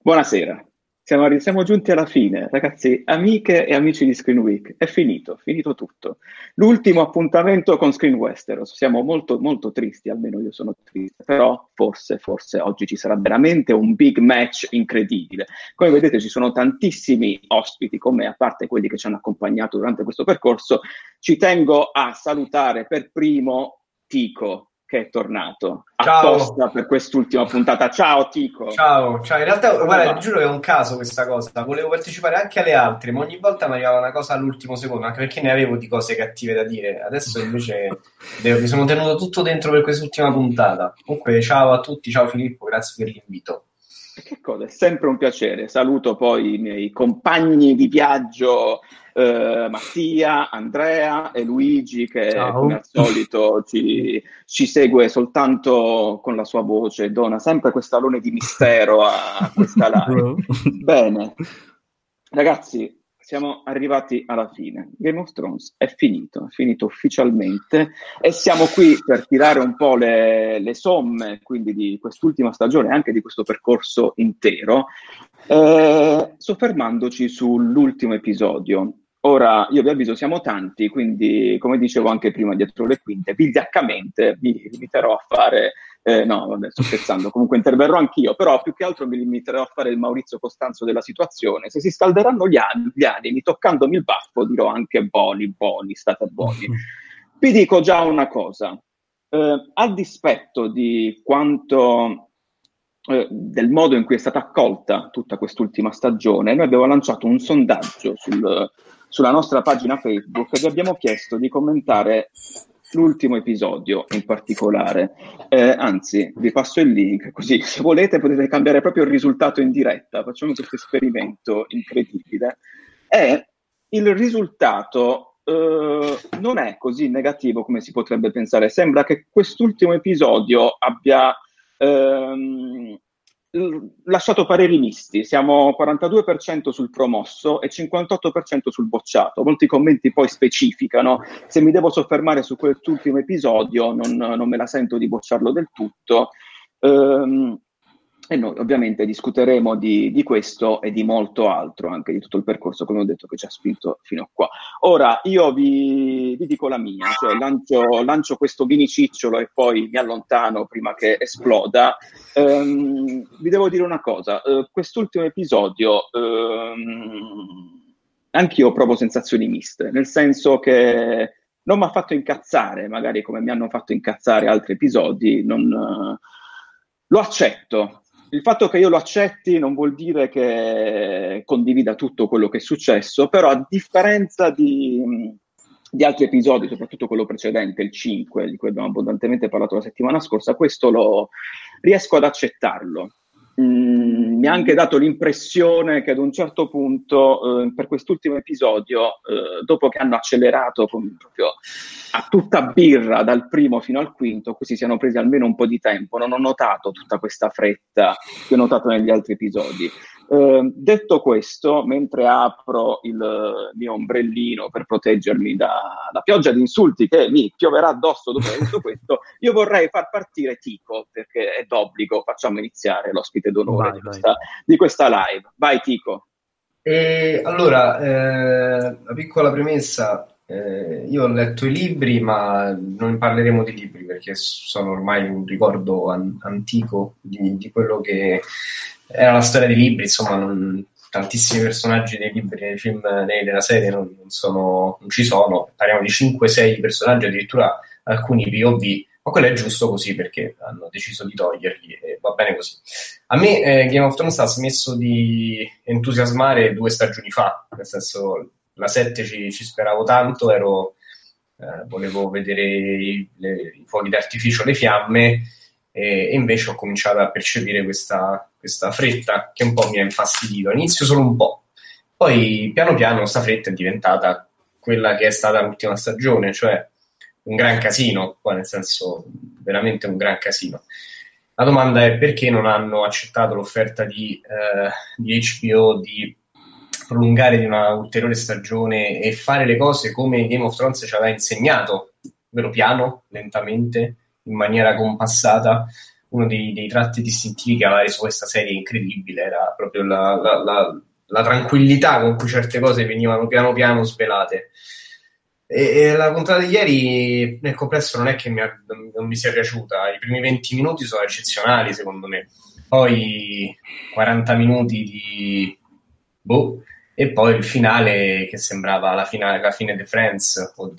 Buonasera, siamo giunti alla fine, ragazzi, amiche e amici di Screen Week, è finito tutto. L'ultimo appuntamento con Screen Westeros, siamo molto, molto tristi, almeno io sono triste, però forse oggi ci sarà veramente un big match incredibile. Come vedete ci sono tantissimi ospiti con me, a parte quelli che ci hanno accompagnato durante questo percorso. Ci tengo a salutare per primo Tico, che è tornato Ciao, apposta per quest'ultima puntata. Ciao Tico! ciao. In realtà, Come guarda, ti va? giuro che è un caso questa cosa. Volevo partecipare anche alle altre, ma ogni volta mi arrivava una cosa all'ultimo secondo, anche perché ne avevo di cose cattive da dire. Adesso invece mi sono tenuto tutto dentro per quest'ultima puntata. Comunque, ciao a tutti, ciao Filippo, grazie per l'invito. Che cosa? È sempre un piacere. Saluto poi i miei compagni di viaggio, Mattia, Andrea e Luigi, che come Ciao. al solito ci segue soltanto con la sua voce, dona sempre questo alone di mistero a questa live. Bene, ragazzi, siamo arrivati alla fine. Game of Thrones è finito ufficialmente e siamo qui per tirare un po' le somme, quindi di quest'ultima stagione e anche di questo percorso intero, soffermandoci sull'ultimo episodio. Ora, io vi avviso, siamo tanti, quindi, come dicevo anche prima dietro le quinte, vigliaccamente mi limiterò a fare no, vabbè, sto scherzando, comunque interverrò anch'io, però più che altro mi limiterò a fare il Maurizio Costanzo della situazione. Se si scalderanno gli animi, toccandomi il baffo, dirò anche buoni, state buoni. Vi dico già una cosa, a dispetto di quanto del modo in cui è stata accolta tutta quest'ultima stagione, noi abbiamo lanciato un sondaggio sulla nostra pagina Facebook e vi abbiamo chiesto di commentare l'ultimo episodio in particolare. Anzi, vi passo il link, così se volete potete cambiare proprio il risultato in diretta. Facciamo questo esperimento incredibile. E il risultato non è così negativo come si potrebbe pensare. Sembra che quest'ultimo episodio abbia lasciato pareri misti. Siamo 42% sul promosso e 58% sul bocciato. Molti commenti poi specificano: se mi devo soffermare su quest'ultimo episodio non me la sento di bocciarlo del tutto. E noi ovviamente discuteremo di questo e di molto altro, anche di tutto il percorso, come ho detto, che ci ha spinto fino a qua. Ora io vi dico la mia, cioè lancio questo vinicicciolo e poi mi allontano prima che esploda. Vi devo dire una cosa, quest'ultimo episodio anch'io provo sensazioni miste, nel senso che non mi ha fatto incazzare, magari come mi hanno fatto incazzare altri episodi, lo accetto. Il fatto che io lo accetti non vuol dire che condivida tutto quello che è successo, però a differenza di altri episodi, soprattutto quello precedente, il 5, di cui abbiamo abbondantemente parlato la settimana scorsa, questo lo riesco ad accettarlo. Mi ha anche dato l'impressione che ad un certo punto, per quest'ultimo episodio, dopo che hanno accelerato proprio a tutta birra dal primo fino al quinto, questi siano presi almeno un po' di tempo. Non ho notato tutta questa fretta che ho notato negli altri episodi. Detto questo, mentre apro il mio ombrellino per proteggermi dalla pioggia di insulti che mi pioverà addosso dopo aver visto questo, io vorrei far partire Tico, perché è d'obbligo, facciamo iniziare l'ospite d'onore Vai. di questa live. Vai Tico. Allora, la piccola premessa, io ho letto i libri, ma non parleremo di libri perché sono ormai un ricordo antico di quello che era la storia dei libri. Insomma, tantissimi personaggi dei libri, nei film, nella serie non ci sono. Parliamo di 5-6 personaggi, addirittura alcuni POV, ma quello è giusto così perché hanno deciso di toglierli e va bene così. A me Game of Thrones ha smesso di entusiasmare 2 stagioni fa, nel senso la 7 ci speravo tanto, volevo vedere i fuochi d'artificio, le fiamme, e invece ho cominciato a percepire questa fretta che un po' mi ha infastidito. All'inizio solo un po', poi piano piano questa fretta è diventata quella che è stata l'ultima stagione, cioè un gran casino, qua nel senso veramente un gran casino. La domanda è perché non hanno accettato l'offerta di HBO di prolungare di una ulteriore stagione e fare le cose come Game of Thrones ci aveva insegnato, ovvero piano, lentamente, in maniera compassata, uno dei tratti distintivi che aveva reso questa serie incredibile era proprio la tranquillità con cui certe cose venivano piano piano svelate. E la puntata di ieri nel complesso non è che non mi sia piaciuta. I primi 20 minuti sono eccezionali secondo me, poi 40 minuti di e poi il finale che sembrava la fine di Friends o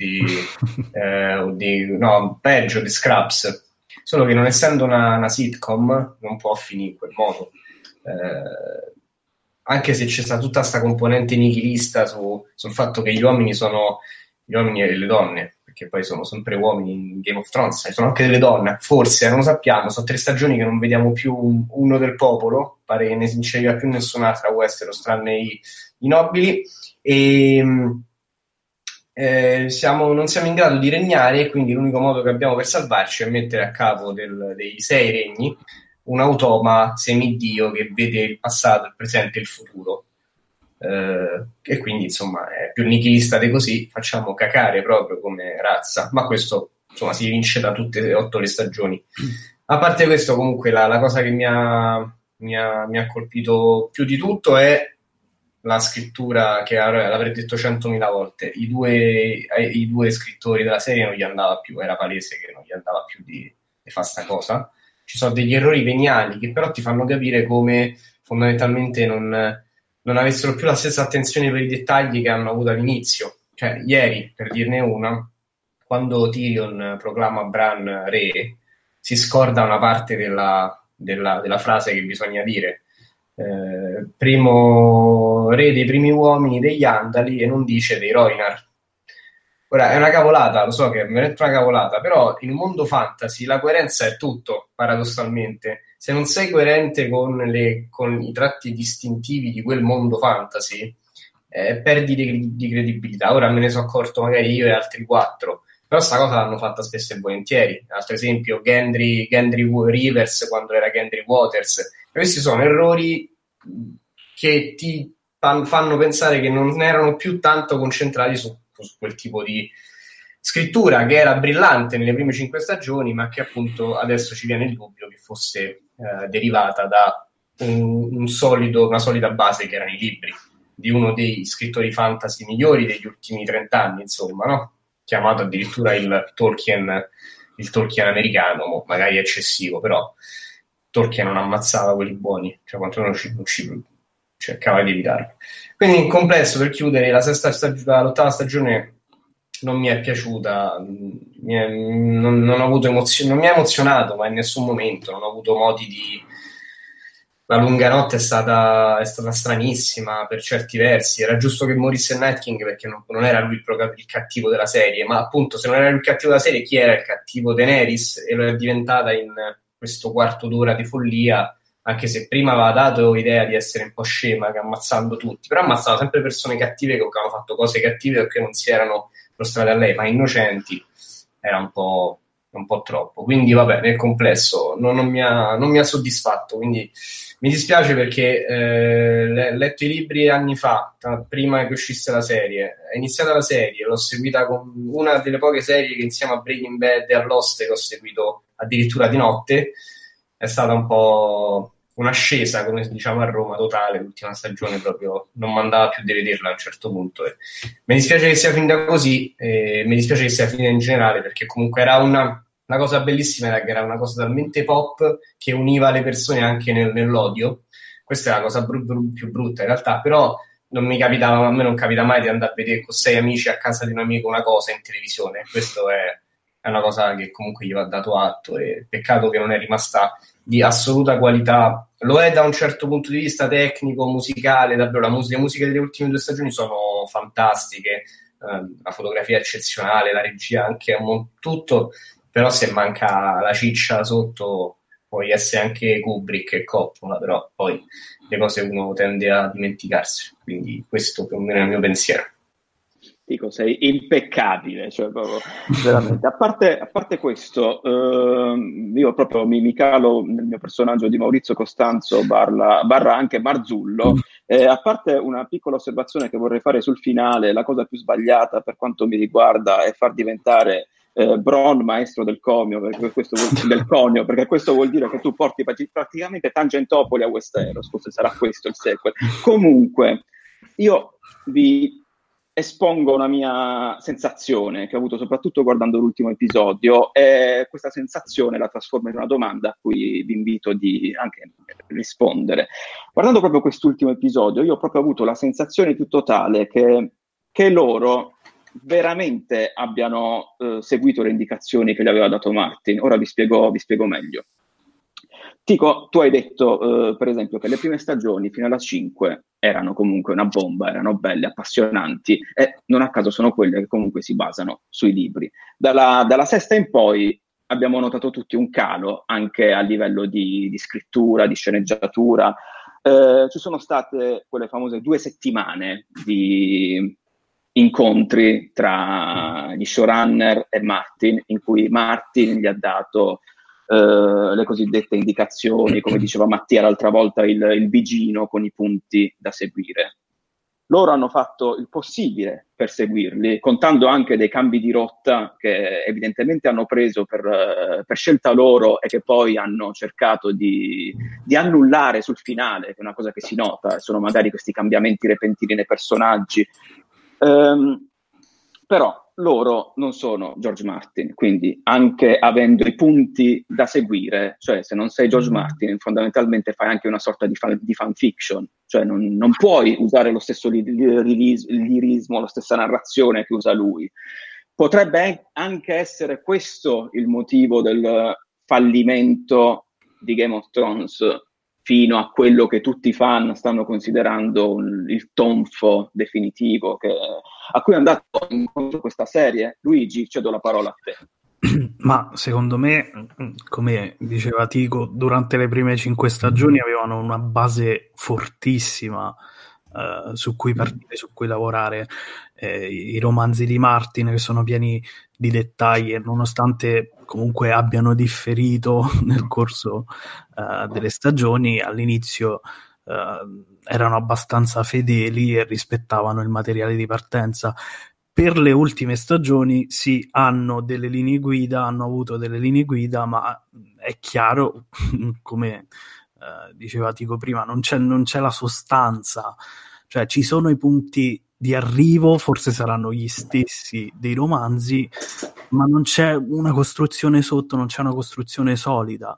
peggio di Scraps, solo che non essendo una sitcom non può finire in quel modo, anche se c'è stata tutta questa componente nichilista sul fatto che gli uomini e le donne, perché poi sono sempre uomini in Game of Thrones, ci sono anche delle donne, forse, non lo sappiamo, sono 3 stagioni che non vediamo più uno del popolo, pare che ne si inceriva più nessun'altra a Westeros tranne i nobili, e non siamo in grado di regnare, e quindi l'unico modo che abbiamo per salvarci è mettere a capo dei 6 regni un automa semidio che vede il passato, il presente e il futuro. E quindi insomma è più nichilista di così, facciamo cacare proprio come razza, ma questo insomma si vince da tutte e 8 le stagioni. A parte questo, comunque la cosa che mi ha colpito più di tutto è la scrittura, che l'avrei detto 100.000 volte. I due scrittori della serie non gli andava più, era palese che non gli andava più di fare sta cosa. Ci sono degli errori veniali che però ti fanno capire come fondamentalmente non avessero più la stessa attenzione per i dettagli che hanno avuto all'inizio. Cioè, ieri, per dirne una, quando Tyrion proclama Bran re, si scorda una parte della frase che bisogna dire. Primo re dei primi uomini degli Andali, e non dice dei Rhoynar. Ora, è una cavolata, lo so che mi è una cavolata, però in un mondo fantasy la coerenza è tutto, paradossalmente. Se non sei coerente con i tratti distintivi di quel mondo fantasy, perdi di credibilità. Ora me ne sono accorto magari io e altri 4, però sta cosa l'hanno fatta spesso e volentieri. Altro esempio, Gendry Rivers quando era Gendry Waters. Questi sono errori che ti fanno pensare che non erano più tanto concentrati su quel tipo di scrittura che era brillante nelle prime 5 stagioni, ma che appunto adesso ci viene il dubbio che fosse derivata da una solida base che erano i libri di uno dei scrittori fantasy migliori degli ultimi 30 anni, insomma, no? Chiamato addirittura il Tolkien americano, magari eccessivo, però Tolkien non ammazzava quelli buoni, cioè quantomeno non ci cercava di evitarlo. Quindi in complesso, per chiudere, l'8ª stagione non mi è piaciuta, non ho avuto emozioni, non mi ha emozionato, ma in nessun momento non ho avuto modi di... La lunga notte è stata stranissima per certi versi. Era giusto che morisse Night King perché non era lui il cattivo della serie, ma appunto se non era lui il cattivo della serie, chi era il cattivo? Daenerys, e lo è diventata in questo quarto d'ora di follia, anche se prima aveva dato idea di essere un po' scema, che ammazzando tutti, però ammazzava sempre persone cattive che avevano fatto cose cattive perché non si erano prostrate a lei, ma innocenti. Era un po' troppo. Quindi vabbè, nel complesso non mi ha soddisfatto, quindi mi dispiace perché ho letto i libri anni fa, prima che uscisse la serie. È iniziata la serie, l'ho seguita con una delle poche serie che insieme a Breaking Bad e a Lost che ho seguito addirittura di notte. È stata un po' un'ascesa, come diciamo a Roma, totale. L'ultima stagione proprio non mandava più di vederla a un certo punto. Mi dispiace che sia finita così, mi dispiace che sia finita in generale, perché comunque era una cosa bellissima, era che era una cosa talmente pop che univa le persone anche nell'odio. Questa è la cosa più brutta in realtà, però a me non capita mai di andare a vedere con 6 amici a casa di un amico una cosa in televisione. Questo è una cosa che comunque gli va dato atto, e peccato che non è rimasta di assoluta qualità. Lo è da un certo punto di vista tecnico, musicale, davvero le musiche delle ultime 2 stagioni sono fantastiche, la fotografia è eccezionale, la regia anche, tutto, però se manca la ciccia sotto puoi essere anche Kubrick e Coppola, però poi le cose uno tende a dimenticarsi, quindi questo più o meno è il mio pensiero. Dico, sei impeccabile, cioè proprio, veramente. A parte questo, io proprio mi calo nel mio personaggio di Maurizio Costanzo barra anche Marzullo. A parte una piccola osservazione che vorrei fare sul finale, la cosa più sbagliata per quanto mi riguarda è far diventare Bron, maestro del conio, del conio, perché questo vuol dire che tu porti praticamente Tangentopoli a Westeros, forse sarà questo il sequel. Comunque, io vi espongo una mia sensazione che ho avuto soprattutto guardando l'ultimo episodio, e questa sensazione la trasformo in una domanda a cui vi invito di anche rispondere. Guardando proprio quest'ultimo episodio, io ho proprio avuto la sensazione più totale che loro veramente abbiano seguito le indicazioni che gli aveva dato Martin. Ora vi spiego meglio. Tico, tu hai detto per esempio che le prime stagioni fino alla 5 erano comunque una bomba, erano belle, appassionanti, e non a caso sono quelle che comunque si basano sui libri. Dalla sesta in poi abbiamo notato tutti un calo anche a livello di scrittura, di sceneggiatura. Ci sono state quelle famose 2 settimane di incontri tra gli showrunner e Martin, in cui Martin gli ha dato le cosiddette indicazioni, come diceva Mattia l'altra volta, il bigino con i punti da seguire. Loro hanno fatto il possibile per seguirli, contando anche dei cambi di rotta che evidentemente hanno preso per scelta loro e che poi hanno cercato di annullare sul finale, che è una cosa che si nota, sono magari questi cambiamenti repentini nei personaggi. Però loro non sono George Martin, quindi anche avendo i punti da seguire, cioè se non sei George Martin fondamentalmente fai anche una sorta di fanfiction, cioè non puoi usare lo stesso lirismo, la stessa narrazione che usa lui. Potrebbe anche essere questo il motivo del fallimento di Game of Thrones fino a quello che tutti i fan stanno considerando il tonfo definitivo a cui è andato incontro questa serie. Luigi, cedo la parola a te. Ma secondo me, come diceva Tico, durante le prime 5 stagioni avevano una base fortissima su cui partire, su cui lavorare. I romanzi di Martin, che sono pieni di dettagli, e nonostante comunque abbiano differito nel corso delle stagioni, all'inizio erano abbastanza fedeli e rispettavano il materiale di partenza. Per le ultime stagioni sì, hanno delle linee guida, hanno avuto delle linee guida, ma è chiaro, come diceva Tico prima, non c'è la sostanza, cioè ci sono i punti di arrivo, forse saranno gli stessi dei romanzi, ma non c'è una costruzione sotto, non c'è una costruzione solida,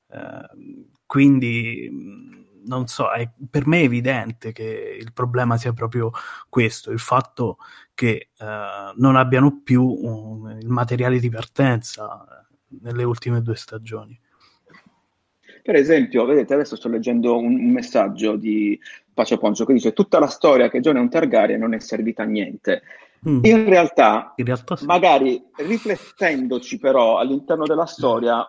quindi non so, per me è evidente che il problema sia proprio questo, il fatto che non abbiano più il materiale di partenza nelle ultime 2 stagioni. Per esempio, vedete, adesso sto leggendo un messaggio di Pacio Poncio che dice: tutta la storia che Jon è un Targaryen non è servita a niente. In realtà sì. Magari riflettendoci però all'interno della storia,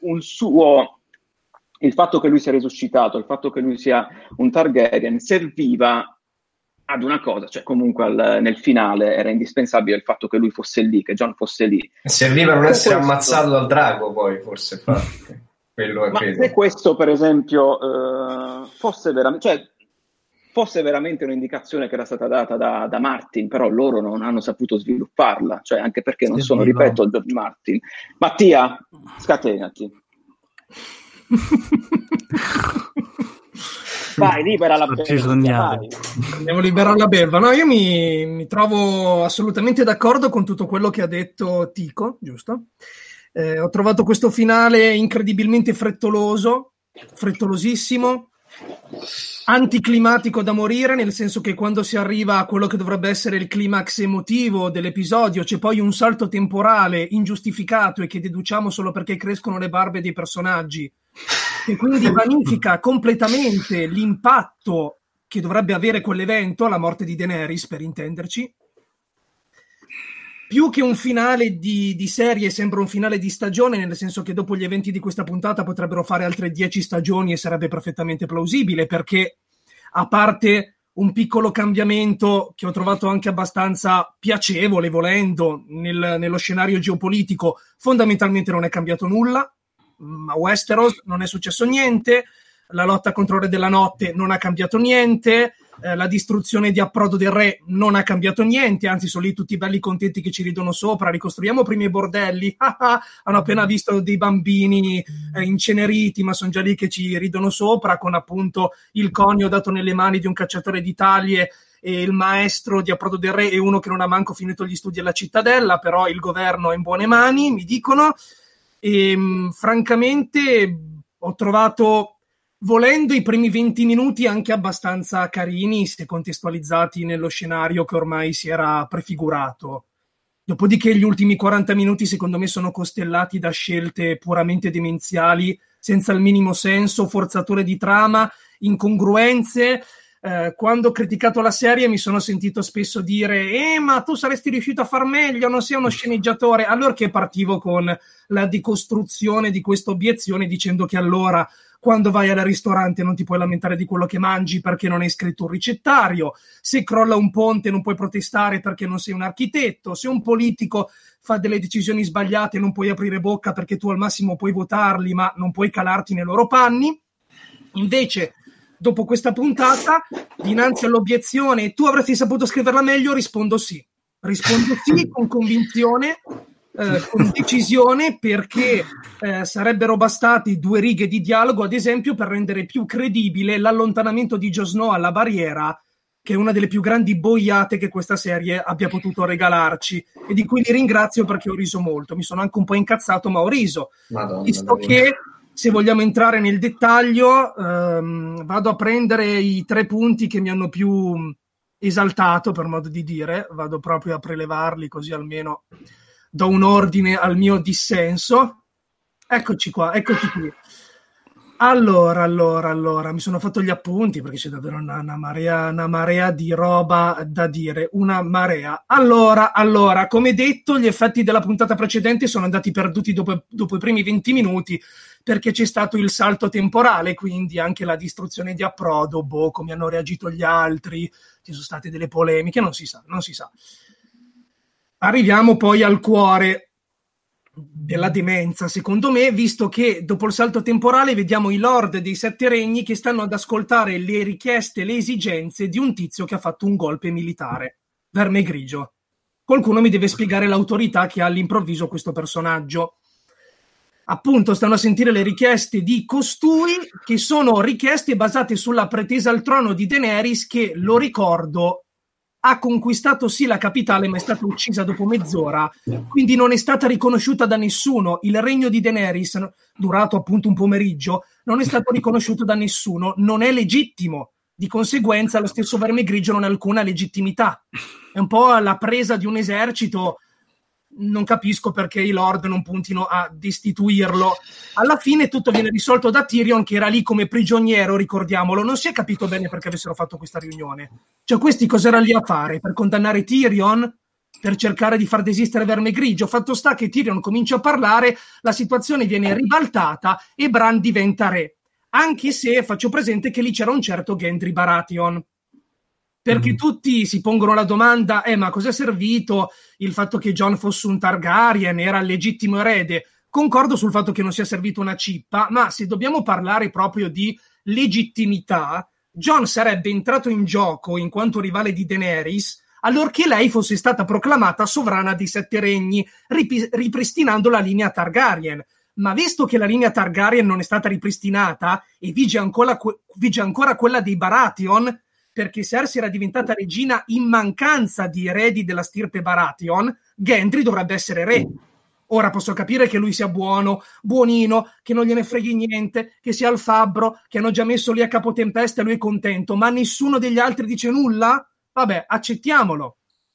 il fatto che lui sia risuscitato, il fatto che lui sia un Targaryen serviva ad una cosa, cioè comunque nel finale era indispensabile il fatto che lui fosse lì, che Jon fosse lì. Serviva non essere ammazzato dal drago, poi forse quello è. Ma se questo per esempio fosse veramente un'indicazione che era stata data da Martin, però loro non hanno saputo svilupparla, cioè anche perché non sono, ripeto, George Martin. Mattia, scatenati. Vai, libera la belva. Andiamo a liberare la belva. No, io mi trovo assolutamente d'accordo con tutto quello che ha detto Tico, giusto? Ho trovato questo finale incredibilmente frettolosissimo, anticlimatico da morire, nel senso che quando si arriva a quello che dovrebbe essere il climax emotivo dell'episodio c'è poi un salto temporale ingiustificato e che deduciamo solo perché crescono le barbe dei personaggi, e quindi vanifica completamente l'impatto che dovrebbe avere quell'evento, la morte di Daenerys per intenderci. Più che un finale di serie sembra un finale di stagione, nel senso che dopo gli eventi di questa puntata potrebbero fare altre 10 stagioni e sarebbe perfettamente plausibile, perché a parte un piccolo cambiamento che ho trovato anche abbastanza piacevole volendo nello scenario geopolitico, fondamentalmente non è cambiato nulla. A Westeros non è successo niente, la lotta contro il Re della Notte non ha cambiato niente, la distruzione di Approdo del Re non ha cambiato niente, anzi sono lì tutti belli contenti che ci ridono sopra, ricostruiamo prima i bordelli, hanno appena visto dei bambini inceneriti, ma sono già lì che ci ridono sopra, con appunto il conio dato nelle mani di un cacciatore di taglie, e il maestro di Approdo del Re è uno che non ha manco finito gli studi alla Cittadella, però il governo è in buone mani, mi dicono, e francamente ho trovato, volendo, i primi 20 minuti anche abbastanza carini se contestualizzati nello scenario che ormai si era prefigurato. Dopodiché gli ultimi 40 minuti secondo me sono costellati da scelte puramente demenziali, senza il minimo senso, forzature di trama, incongruenze. Quando ho criticato la serie mi sono sentito spesso dire ma tu saresti riuscito a far meglio, non sei uno sceneggiatore, allora che partivo con la decostruzione di questa obiezione dicendo che allora quando vai al ristorante non ti puoi lamentare di quello che mangi perché non hai scritto un ricettario, se crolla un ponte non puoi protestare perché non sei un architetto, se un politico fa delle decisioni sbagliate non puoi aprire bocca perché tu al massimo puoi votarli ma non puoi calarti nei loro panni. Invece dopo questa puntata, dinanzi all'obiezione tu avresti saputo scriverla meglio, rispondo sì con convinzione, con decisione, perché sarebbero bastati 2 righe di dialogo, ad esempio, per rendere più credibile l'allontanamento di Jon Snow alla barriera, che è una delle più grandi boiate che questa serie abbia potuto regalarci, e di cui li ringrazio perché ho riso molto. Mi sono anche un po' incazzato, ma ho riso. Madonna, visto che, se vogliamo entrare nel dettaglio, vado a prendere i 3 punti che mi hanno più esaltato, per modo di dire, vado proprio a prelevarli così almeno do un ordine al mio dissenso. Eccoci qui. Allora, mi sono fatto gli appunti perché c'è davvero una marea di roba da dire, una marea. Allora, come detto, gli effetti della puntata precedente sono andati perduti dopo i primi 20 minuti, perché c'è stato il salto temporale, quindi anche la distruzione di Approdo, come hanno reagito gli altri, ci sono state delle polemiche, non si sa. Arriviamo poi al cuore della demenza, secondo me, visto che dopo il salto temporale vediamo i Lord dei 7 Regni che stanno ad ascoltare le richieste, le esigenze di un tizio che ha fatto un golpe militare, Verme Grigio. Qualcuno mi deve spiegare l'autorità che ha all'improvviso questo personaggio. Appunto, stanno a sentire le richieste di costui, che sono richieste basate sulla pretesa al trono di Daenerys, che, lo ricordo, ha conquistato sì la capitale, ma è stata uccisa dopo mezz'ora, quindi non è stata riconosciuta da nessuno. Il regno di Daenerys, durato appunto un pomeriggio, non è stato riconosciuto da nessuno, non è legittimo. Di conseguenza lo stesso Verme Grigio non ha alcuna legittimità. È un po' la presa di un esercito. Non capisco perché i Lord non puntino a destituirlo. Alla fine tutto viene risolto da Tyrion, che era lì come prigioniero, ricordiamolo. Non si è capito bene perché avessero fatto questa riunione. Cioè, questi cos'erano lì a fare? Per condannare Tyrion? Per cercare di far desistere Verme Grigio? Fatto sta che Tyrion comincia a parlare, la situazione viene ribaltata e Bran diventa re. Anche se faccio presente che lì c'era un certo Gendry Baratheon. Perché tutti si pongono la domanda, ma cos'è servito il fatto che Jon fosse un Targaryen, era il legittimo erede? Concordo sul fatto che non sia servito una cippa, ma se dobbiamo parlare proprio di legittimità, Jon sarebbe entrato in gioco in quanto rivale di Daenerys allorché lei fosse stata proclamata sovrana dei 7 regni, ripristinando la linea Targaryen. Ma visto che la linea Targaryen non è stata ripristinata e vige ancora quella dei Baratheon, perché Cersei era diventata regina in mancanza di eredi della stirpe Baratheon, Gendry dovrebbe essere re. Ora posso capire che lui sia buonino, che non gliene freghi niente, che sia il fabbro, che hanno già messo lì a capotempesta e lui è contento, ma nessuno degli altri dice nulla? Vabbè, accettiamolo.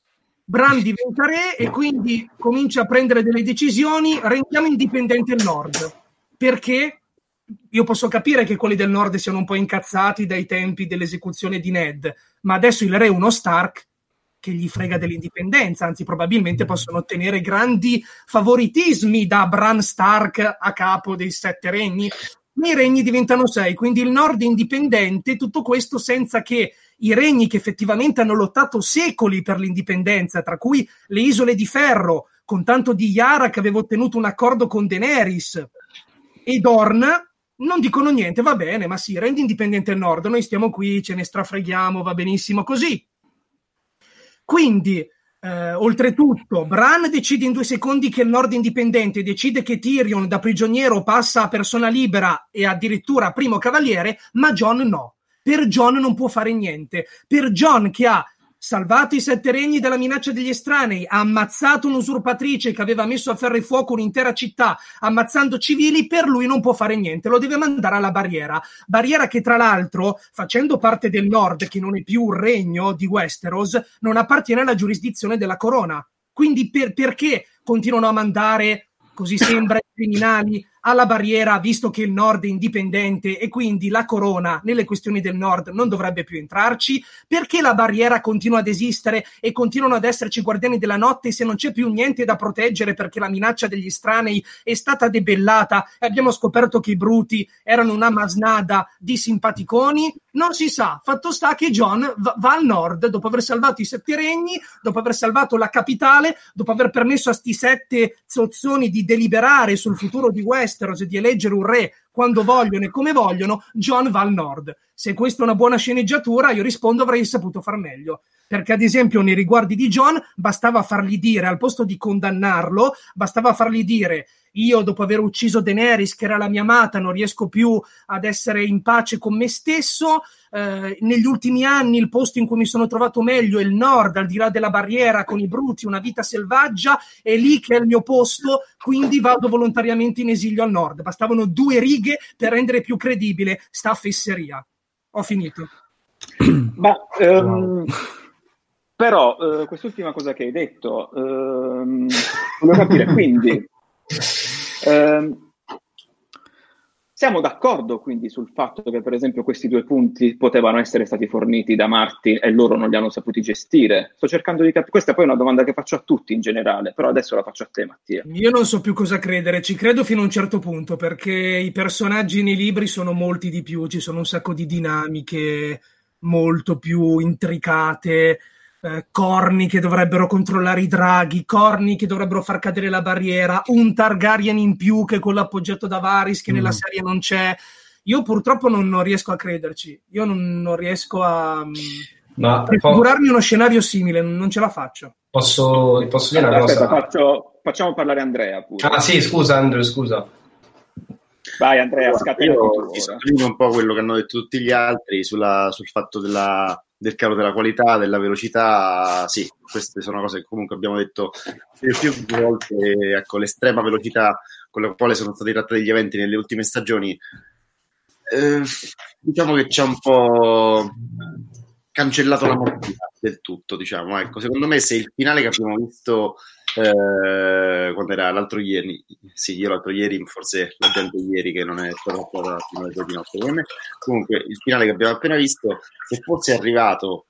Bran diventa re e quindi comincia a prendere delle decisioni, rendiamo indipendente il Nord. Perché? Io posso capire che quelli del Nord siano un po' incazzati dai tempi dell'esecuzione di Ned, ma adesso il re è uno Stark che gli frega dell'indipendenza, anzi probabilmente possono ottenere grandi favoritismi da Bran Stark a capo dei 7 regni. I regni diventano 6, quindi il Nord è indipendente, tutto questo senza che i regni che effettivamente hanno lottato secoli per l'indipendenza, tra cui le Isole di Ferro, con tanto di Yara che aveva ottenuto un accordo con Daenerys, e Dorne, non dicono niente, va bene, ma sì, rendi indipendente il Nord, noi stiamo qui, ce ne strafreghiamo, va benissimo così. Quindi, oltretutto, Bran decide in 2 secondi che il Nord è indipendente, decide che Tyrion da prigioniero passa a persona libera e addirittura a primo cavaliere, ma Jon no. Per Jon non può fare niente. Per Jon, che ha salvato i 7 regni dalla minaccia degli estranei, ha ammazzato un'usurpatrice che aveva messo a ferro e fuoco un'intera città, ammazzando civili, per lui non può fare niente, lo deve mandare alla barriera che tra l'altro, facendo parte del Nord, che non è più un regno di Westeros, non appartiene alla giurisdizione della corona. Quindi perché continuano a mandare, così sembra, i criminali alla barriera, visto che il Nord è indipendente e quindi la corona nelle questioni del Nord non dovrebbe più entrarci? Perché la barriera continua ad esistere e continuano ad esserci guardiani della notte se non c'è più niente da proteggere perché la minaccia degli estranei è stata debellata e abbiamo scoperto che i bruti erano una masnada di simpaticoni? Non si sa. Fatto sta che Jon va al Nord dopo aver salvato i 7 regni, dopo aver salvato la capitale, dopo aver permesso a sti 7 zozzoni di deliberare sul futuro di Westeros e di eleggere un re quando vogliono e come vogliono. Jon va al Nord. Se questa è una buona sceneggiatura, io rispondo avrei saputo far meglio, perché ad esempio nei riguardi di Jon bastava fargli dire, al posto di condannarlo, bastava fargli dire: io dopo aver ucciso Daenerys, che era la mia amata, non riesco più ad essere in pace con me stesso, negli ultimi anni il posto in cui mi sono trovato meglio è il Nord, al di là della barriera, con i bruti, una vita selvaggia, è lì che è il mio posto, quindi vado volontariamente in esilio al Nord. Bastavano 2 righe per rendere più credibile sta fesseria. Ho finito. Ma però quest'ultima cosa che hai detto voglio capire, quindi siamo d'accordo quindi sul fatto che per esempio questi 2 punti potevano essere stati forniti da Martin e loro non li hanno saputi gestire? Sto cercando di capire, questa poi è una domanda che faccio a tutti in generale, però adesso la faccio a te, Mattia. Io non so più cosa credere, ci credo fino a un certo punto, perché i personaggi nei libri sono molti di più, ci sono un sacco di dinamiche molto più intricate, corni che dovrebbero controllare i draghi, corni che dovrebbero far cadere la barriera, un Targaryen in più che con l'appoggiato da Varys che nella serie non c'è. Io purtroppo non riesco a crederci, io non riesco a prefigurarmi uno scenario simile, non ce la faccio. Posso dire una cosa? Facciamo parlare Andrea pure. Ah sì, scusa Andrew, scusa. Vai Andrea, scatena. Io sottolineo un po' quello che hanno detto tutti gli altri sul fatto del calo della qualità, della velocità. Sì, queste sono cose che comunque abbiamo detto più volte. Ecco, l'estrema velocità con la quale sono stati trattati gli eventi nelle ultime stagioni, diciamo che c'è un po' cancellato la morbidità del tutto, diciamo. Ecco, secondo me se il finale che abbiamo visto quando era l'altro ieri, sì, io l'altro ieri, forse la gente ieri che non è stata fino alle 2 di notte come me, comunque il finale che abbiamo appena visto, se fosse arrivato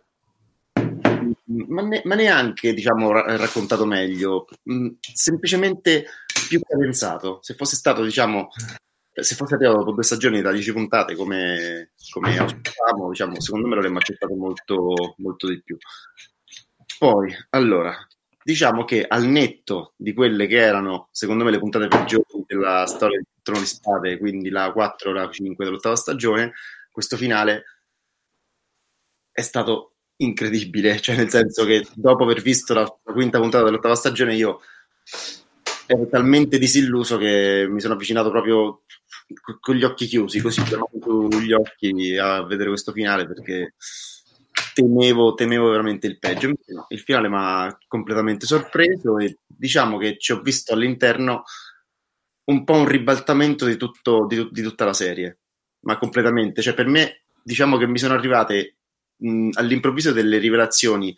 ma neanche diciamo raccontato meglio, semplicemente più cadenzato, se fosse stato diciamo, se fosse arrivato dopo 2 stagioni da 10 puntate come auspicavamo, diciamo, secondo me lo avremmo accettato molto, molto di più. Poi, allora, diciamo che al netto di quelle che erano, secondo me, le puntate peggiori della storia del Trono di Spade, quindi la 4 e la 5 dell'8ª stagione, questo finale è stato incredibile, cioè nel senso che dopo aver visto la 5ª puntata dell'8ª stagione io ero talmente disilluso che mi sono avvicinato proprio con gli occhi chiusi, così sugli occhi a vedere questo finale, perché temevo veramente il peggio. No, il finale mi ha completamente sorpreso e diciamo che ci ho visto all'interno un po' un ribaltamento di tutta la serie, ma completamente. Cioè per me, diciamo che mi sono arrivate all'improvviso delle rivelazioni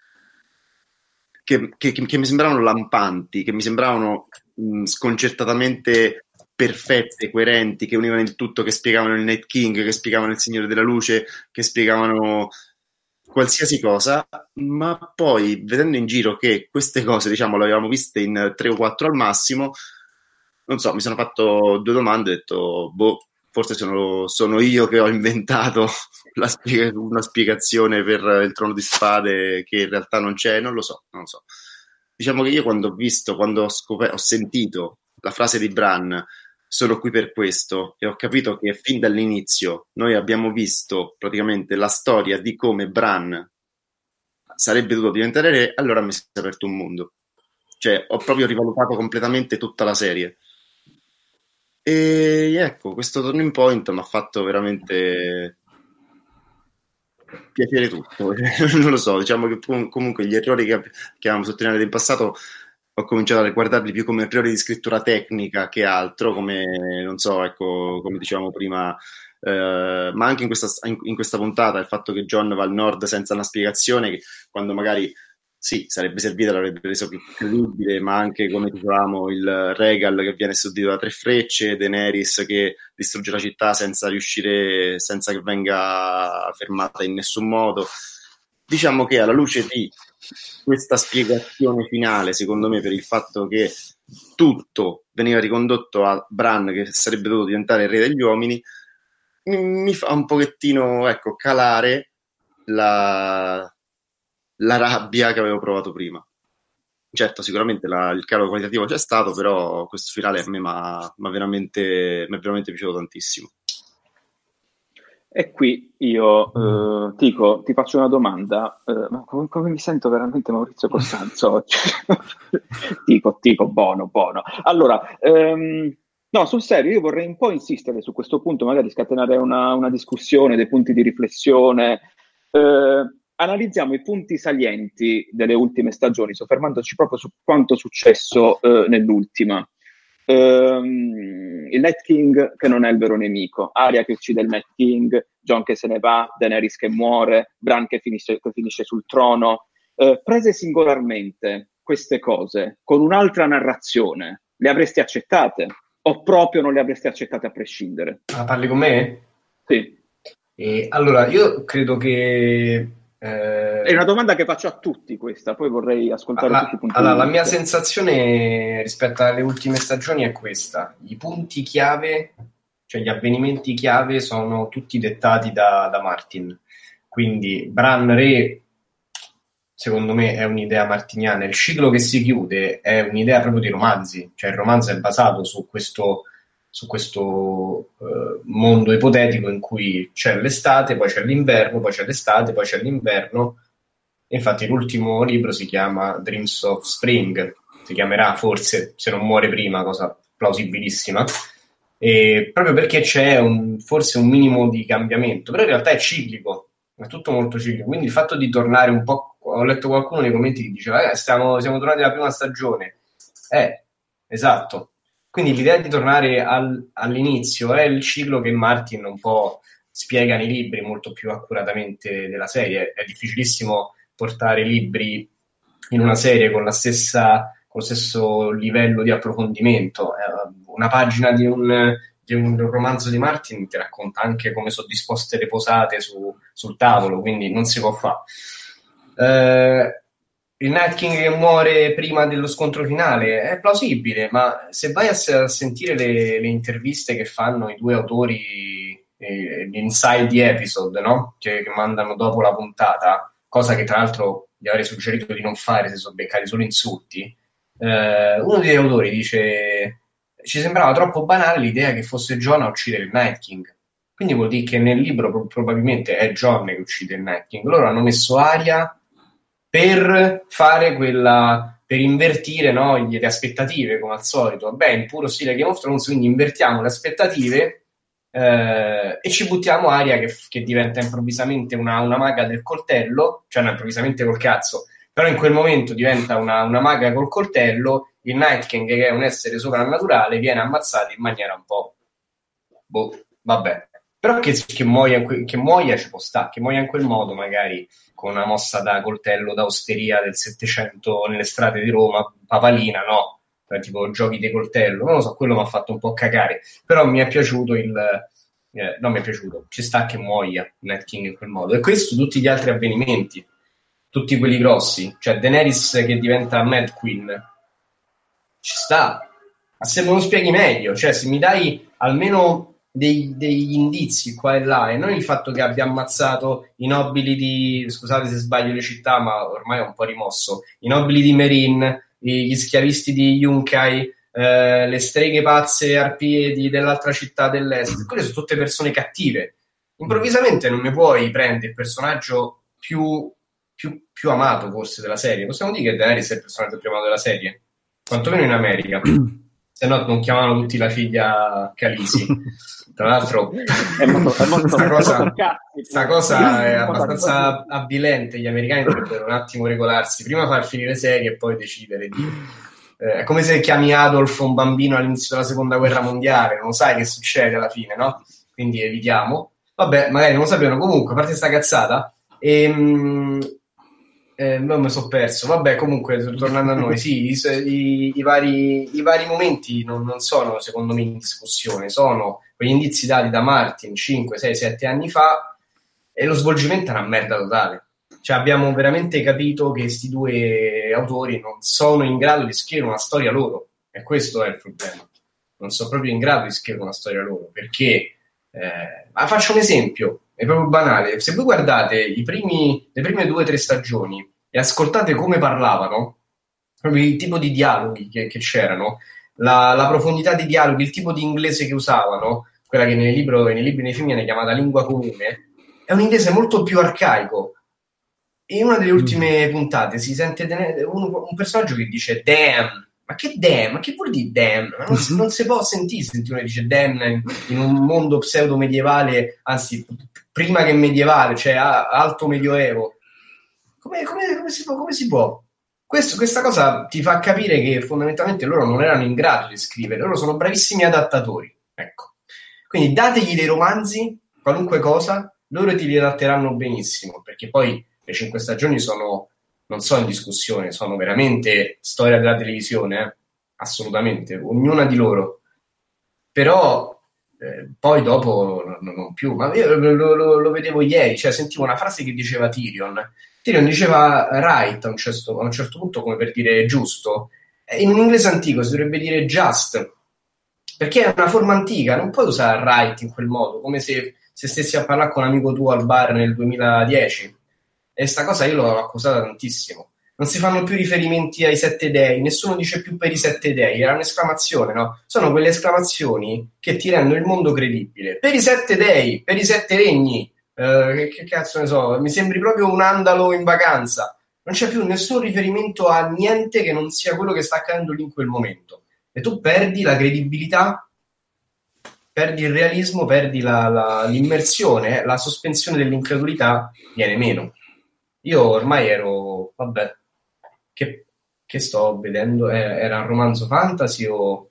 che mi sembravano lampanti, che mi sembravano sconcertatamente perfette, coerenti, che univano il tutto, che spiegavano il Night King, che spiegavano il Signore della Luce, che spiegavano qualsiasi cosa, ma poi vedendo in giro che queste cose, diciamo, le avevamo viste in 3 o 4 al massimo, non so, mi sono fatto 2 domande e ho detto, forse sono io che ho inventato una spiegazione per il Trono di Spade che in realtà non c'è, non lo so. Diciamo che io quando ho sentito la frase di Bran sono qui per questo, e ho capito che fin dall'inizio noi abbiamo visto praticamente la storia di come Bran sarebbe dovuto diventare re, allora mi si è aperto un mondo. Cioè, ho proprio rivalutato completamente tutta la serie. E ecco, questo turning point mi ha fatto veramente piacere tutto. Non lo so, diciamo che comunque gli errori che avevamo sottolineato in passato ho cominciato a guardarli più come errori di scrittura tecnica che altro, come, non so, ecco, come dicevamo prima, ma anche in questa puntata il fatto che Jon va al nord senza una spiegazione, che quando magari sì, sarebbe servita, l'avrebbe reso più credibile, ma anche, come dicevamo, il Regal che viene sostituito da 3 frecce, Daenerys che distrugge la città senza che venga fermata in nessun modo. Diciamo che alla luce di questa spiegazione finale, secondo me, per il fatto che tutto veniva ricondotto a Bran che sarebbe dovuto diventare il re degli uomini, mi fa un pochettino, ecco, calare la rabbia che avevo provato prima. Certo, sicuramente il calo qualitativo c'è stato, però questo finale a me mi è veramente piaciuto tantissimo. E qui io, Tico, ti faccio una domanda, ma come mi sento veramente Maurizio Costanzo? Tico, buono. Allora, no, sul serio, io vorrei un po' insistere su questo punto, magari scatenare una discussione, dei punti di riflessione. Analizziamo i punti salienti delle ultime stagioni, soffermandoci proprio su quanto è successo nell'ultima. Il Night King che non è il vero nemico, Arya che uccide il Night King, Jon che se ne va, Daenerys che muore, Bran che finisce sul trono. Prese singolarmente queste cose con un'altra narrazione, le avresti accettate o proprio non le avresti accettate a prescindere? Parli con me? Sì. Allora, io credo che è una domanda che faccio a tutti questa, poi vorrei ascoltare tutti i punti di vista. La mia sensazione rispetto alle ultime stagioni è questa: i punti chiave, cioè gli avvenimenti chiave, sono tutti dettati da Martin. Quindi Bran re, secondo me, è un'idea martiniana. Il ciclo che si chiude è un'idea proprio di romanzi, cioè il romanzo è basato su questo mondo ipotetico in cui c'è l'estate, poi c'è l'inverno, poi c'è l'estate, poi c'è l'inverno. Infatti l'ultimo libro si chiama Dreams of Spring, si chiamerà forse, se non muore prima, cosa plausibilissima, e proprio perché c'è forse un minimo di cambiamento, però in realtà è ciclico, è tutto molto ciclico, quindi il fatto di tornare un po', ho letto qualcuno nei commenti che diceva siamo tornati alla prima stagione, esatto. Quindi l'idea di tornare all'inizio è il ciclo che Martin un po' spiega nei libri molto più accuratamente della serie. È difficilissimo portare libri in una serie con lo stesso livello di approfondimento. Una pagina di un romanzo di Martin ti racconta anche come sono disposte le posate sul tavolo, quindi non si può fare. Il Night King che muore prima dello scontro finale è plausibile, ma se vai a sentire le interviste che fanno i due autori, gli inside the episode, no? Che mandano dopo la puntata, cosa che tra l'altro gli avrei suggerito di non fare se sono beccati solo insulti, uno degli autori dice: ci sembrava troppo banale l'idea che fosse Jon a uccidere il Night King, quindi vuol dire che nel libro probabilmente è Jon che uccide il Night King. Loro hanno messo Arya per fare per invertire, no, le aspettative, come al solito. Vabbè, in puro stile Game of Thrones, quindi invertiamo le aspettative e ci buttiamo Arya che diventa improvvisamente una maga del coltello, cioè non improvvisamente col cazzo, però in quel momento diventa una maga col coltello. Il Night King, che è un essere soprannaturale, viene ammazzato in maniera un po' vabbè. Però che muoia ci può stare, che muoia in quel modo, magari con una mossa da coltello da osteria del 700 nelle strade di Roma, papalina, no? Tipo giochi di coltello, non lo so, quello mi ha fatto un po' cagare. Però mi è piaciuto non mi è piaciuto, ci sta che muoia Night King in quel modo. E questo tutti gli altri avvenimenti, tutti quelli grossi, cioè Daenerys che diventa Mad Queen, ci sta. Ma se me lo spieghi meglio, cioè se mi dai almeno degli indizi qua e là, e non il fatto che abbia ammazzato i nobili scusate se sbaglio le città, ma ormai è un po' rimosso, i nobili di Meereen, gli schiavisti di Yunkai, le streghe pazze arpie dell'altra città dell'est, quelle sono tutte persone cattive. Improvvisamente non mi puoi prendere il personaggio più amato forse della serie. Possiamo dire che Daenerys è il personaggio più amato della serie? Quantomeno in America. Se no non chiamavano tutti la figlia Khaleesi. Tra l'altro questa cosa è abbastanza avvilente. Gli americani dovrebbero un attimo regolarsi, prima far finire serie e poi decidere di... è come se chiami Adolf un bambino all'inizio della seconda guerra mondiale, non sai che succede alla fine, no? Quindi evitiamo. Vabbè, magari non lo sappiano. Comunque, a parte sta cazzata, non mi sono perso. Vabbè, comunque, tornando a noi, sì, i vari momenti non sono, secondo me, in discussione. Sono quegli indizi dati da Martin 5, 6, 7 anni fa, e lo svolgimento è una merda totale. Cioè, abbiamo veramente capito che questi due autori non sono in grado di scrivere una storia loro, e questo è il problema. Non sono proprio in grado di scrivere una storia loro, perché ma faccio un esempio, è proprio banale. Se voi guardate le prime 2 o 3 stagioni e ascoltate come parlavano, proprio il tipo di dialoghi che c'erano, la profondità di dialoghi, il tipo di inglese che usavano, quella che nei libri e nei film viene chiamata lingua comune, è un inglese molto più arcaico. In una delle ultime puntate si sente un personaggio che dice damn. Ma che damn? Ma che vuol dire damn? Non si può sentire uno che dice damn in un mondo pseudo medievale, anzi prima che medievale, cioè alto medioevo. Come si può? Questa cosa ti fa capire che fondamentalmente loro non erano in grado di scrivere, loro sono bravissimi adattatori, ecco. Quindi dategli dei romanzi, qualunque cosa, loro ti li adatteranno benissimo, perché poi le 5 stagioni non sono in discussione, sono veramente storia della televisione, assolutamente, ognuna di loro. Però poi dopo non più. Ma io lo vedevo ieri, cioè sentivo una frase che diceva Tyrion. Tyrion diceva right a un certo punto, come per dire giusto. In un inglese antico si dovrebbe dire just, perché è una forma antica, non puoi usare right in quel modo, come se stessi a parlare con un amico tuo al bar nel 2010. E sta cosa io l'ho accusata tantissimo. Non si fanno più riferimenti ai 7 dei, nessuno dice più per i 7 dei, era un'esclamazione, no? Sono quelle esclamazioni che ti rendono il mondo credibile. Per i 7 dei, per i 7 regni, che cazzo ne so, mi sembri proprio un andalo in vacanza. Non c'è più nessun riferimento a niente che non sia quello che sta accadendo lì in quel momento. E tu perdi la credibilità, perdi il realismo, perdi l'immersione, la sospensione dell'incredulità viene meno. Io ormai ero, vabbè, che sto vedendo? Era un romanzo fantasy o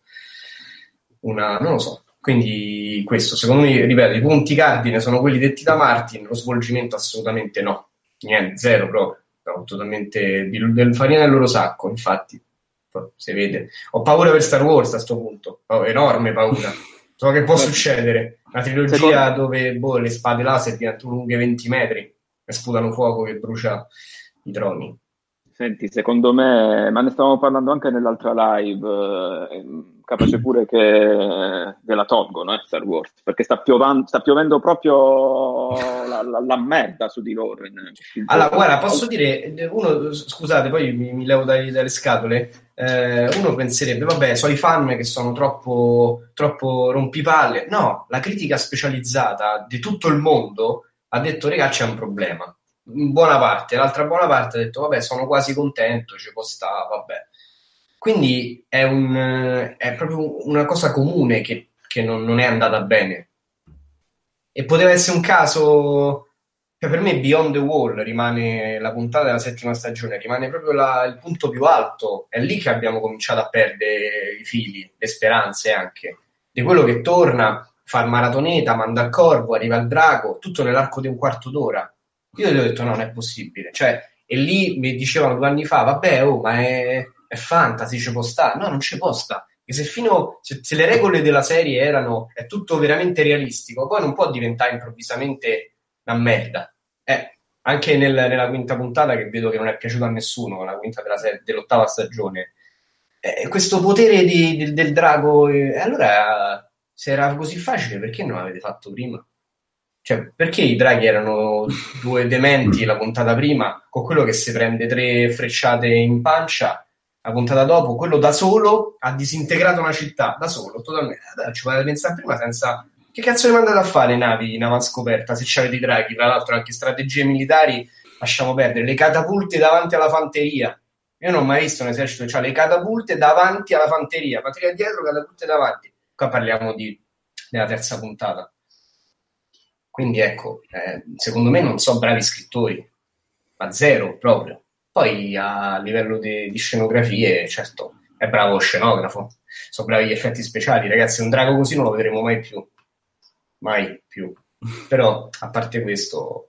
non lo so. Quindi questo, secondo me, ripeto, i punti cardine sono quelli detti da Martin, lo svolgimento assolutamente no. Niente, zero proprio. No, totalmente del farina nel loro sacco, infatti. Si vede. Ho paura per Star Wars a sto punto. Ho enorme paura. So che può succedere. Una trilogia dove le spade laser diventano lunghe 20 metri e sputano fuoco che brucia i troni. Senti, secondo me, ma ne stavamo parlando anche nell'altra live, capace pure che la tolgono, Star Wars, perché sta piovendo proprio la merda su di loro. Allora, guarda, posso dire, scusate, poi mi levo dalle scatole, uno penserebbe, vabbè, so i fan che sono troppo rompipalle. No, la critica specializzata di tutto il mondo ha detto, regà, c'è un problema. In buona parte, l'altra buona parte ha detto, vabbè, sono quasi contento, ci può stare, vabbè. Quindi è proprio una cosa comune che non è andata bene. E poteva essere un caso, cioè per me Beyond the Wall rimane la puntata della 7ª stagione, rimane proprio il punto più alto. È lì che abbiamo cominciato a perdere i fili, le speranze anche. Di quello che torna, fa il maratoneta, manda il corvo, arriva il drago, tutto nell'arco di un quarto d'ora. Io gli ho detto no, non è possibile, cioè, e lì mi dicevano 2 anni fa, vabbè, ma è fantasy, ci può stare. No, non ci può stare, e se le regole della serie è tutto veramente realistico, poi non può diventare improvvisamente una merda. Anche nella 5ª puntata, che vedo che non è piaciuta a nessuno, la quinta dell'8ª stagione, questo potere del drago, allora, se era così facile, perché non l'avete fatto prima? Cioè, perché i draghi erano 2 dementi la puntata prima, con quello che si prende 3 frecciate in pancia la puntata dopo, quello da solo ha disintegrato una città, da solo, totalmente. Ci potete pensare prima senza... Che cazzo ne mandate a fare navi in avanscoperta se c'avete i draghi? Tra l'altro anche strategie militari lasciamo perdere, le catapulte davanti alla fanteria. Io non ho mai visto un esercito che ha le catapulte davanti alla fanteria dietro, catapulte davanti. Qua parliamo della terza puntata. Quindi ecco, secondo me non sono bravi scrittori, ma zero proprio. Poi a livello di scenografie, certo, è bravo lo scenografo, sono bravi gli effetti speciali. Ragazzi, un drago così non lo vedremo mai più. Mai più. Però, a parte questo,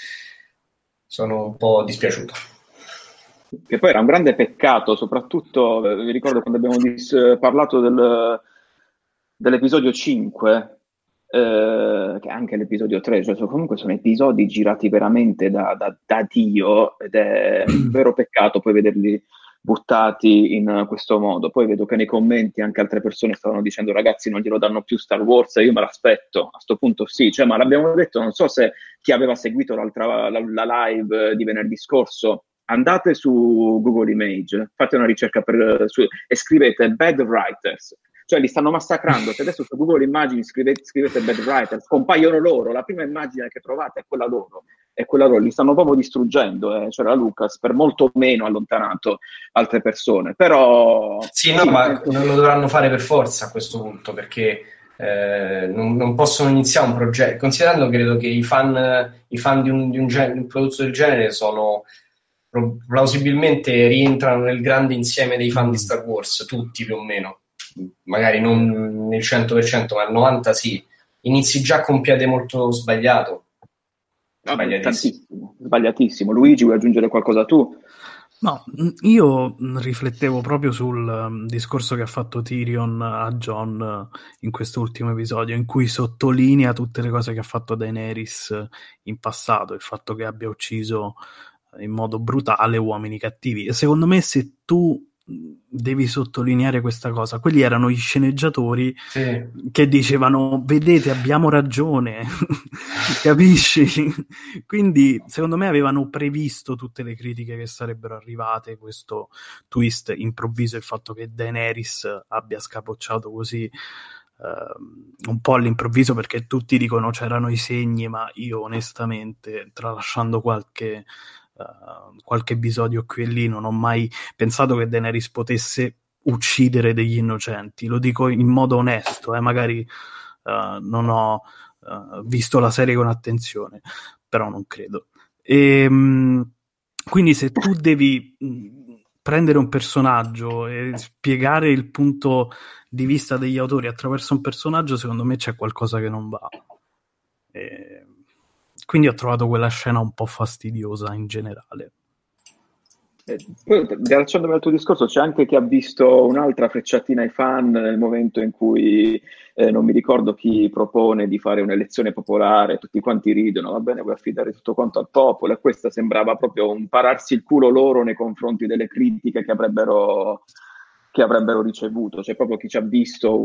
sono un po' dispiaciuto. Che poi era un grande peccato, soprattutto, vi ricordo quando abbiamo parlato dell'episodio 5, che è anche l'episodio 3, cioè comunque sono episodi girati veramente da Dio, ed è un vero peccato poi vederli buttati in questo modo. Poi vedo che nei commenti anche altre persone stavano dicendo ragazzi non glielo danno più Star Wars, io me l'aspetto, a sto punto sì, cioè, ma l'abbiamo detto, non so se chi aveva seguito la live di venerdì scorso, andate su Google Image, fate una ricerca e scrivete Bad Writers, cioè li stanno massacrando. Se adesso su Google Immagini scrivete Bad Writers, compaiono loro, la prima immagine che trovate è quella loro, li stanno proprio distruggendo. C'era Lucas, per molto meno allontanato altre persone, però... Sì, no, ma non lo dovranno fare per forza a questo punto, perché non possono iniziare un progetto, considerando credo che i fan di un prodotto del genere sono... plausibilmente rientrano nel grande insieme dei fan di Star Wars, tutti più o meno, magari non nel 100%, ma al 90% sì. Inizi già con piede molto sbagliato. Sbagliatissimo. Luigi, vuoi aggiungere qualcosa tu? No, io riflettevo proprio sul discorso che ha fatto Tyrion a Jon in questo ultimo episodio, in cui sottolinea tutte le cose che ha fatto Daenerys in passato, il fatto che abbia ucciso in modo brutale uomini cattivi. E secondo me, se tu devi sottolineare questa cosa, quelli erano gli sceneggiatori che dicevano vedete, abbiamo ragione. Capisci? Quindi secondo me avevano previsto tutte le critiche che sarebbero arrivate, questo twist improvviso, il fatto che Daenerys abbia scapocciato così un po' all'improvviso, perché tutti dicono c'erano i segni, ma io onestamente, tralasciando qualche episodio qui e lì, non ho mai pensato che Daenerys potesse uccidere degli innocenti. Lo dico in modo onesto, magari non ho visto la serie con attenzione, però non credo. Quindi se tu devi prendere un personaggio e spiegare il punto di vista degli autori attraverso un personaggio, secondo me c'è qualcosa che non va. Quindi ho trovato quella scena un po' fastidiosa in generale. Poi, riallacciandomi al tuo discorso, c'è anche chi ha visto un'altra frecciatina ai fan nel momento in cui non mi ricordo chi propone di fare un'elezione popolare, tutti quanti ridono, va bene, vuoi affidare tutto quanto al popolo, e questa sembrava proprio un pararsi il culo loro nei confronti delle critiche che avrebbero ricevuto. C'è proprio chi ci ha visto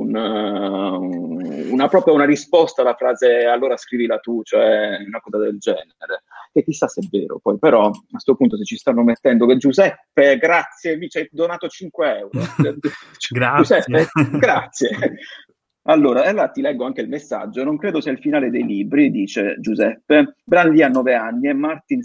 proprio una risposta alla frase allora scrivila tu, cioè una cosa del genere, che chissà se è vero poi. Però a questo punto, se ci stanno mettendo che Giuseppe, grazie, mi ci hai donato 5 euro. Grazie. Giuseppe, grazie. Allora ti leggo anche il messaggio. Non credo sia il finale dei libri, dice Giuseppe. Bran lì ha 9 anni e Martin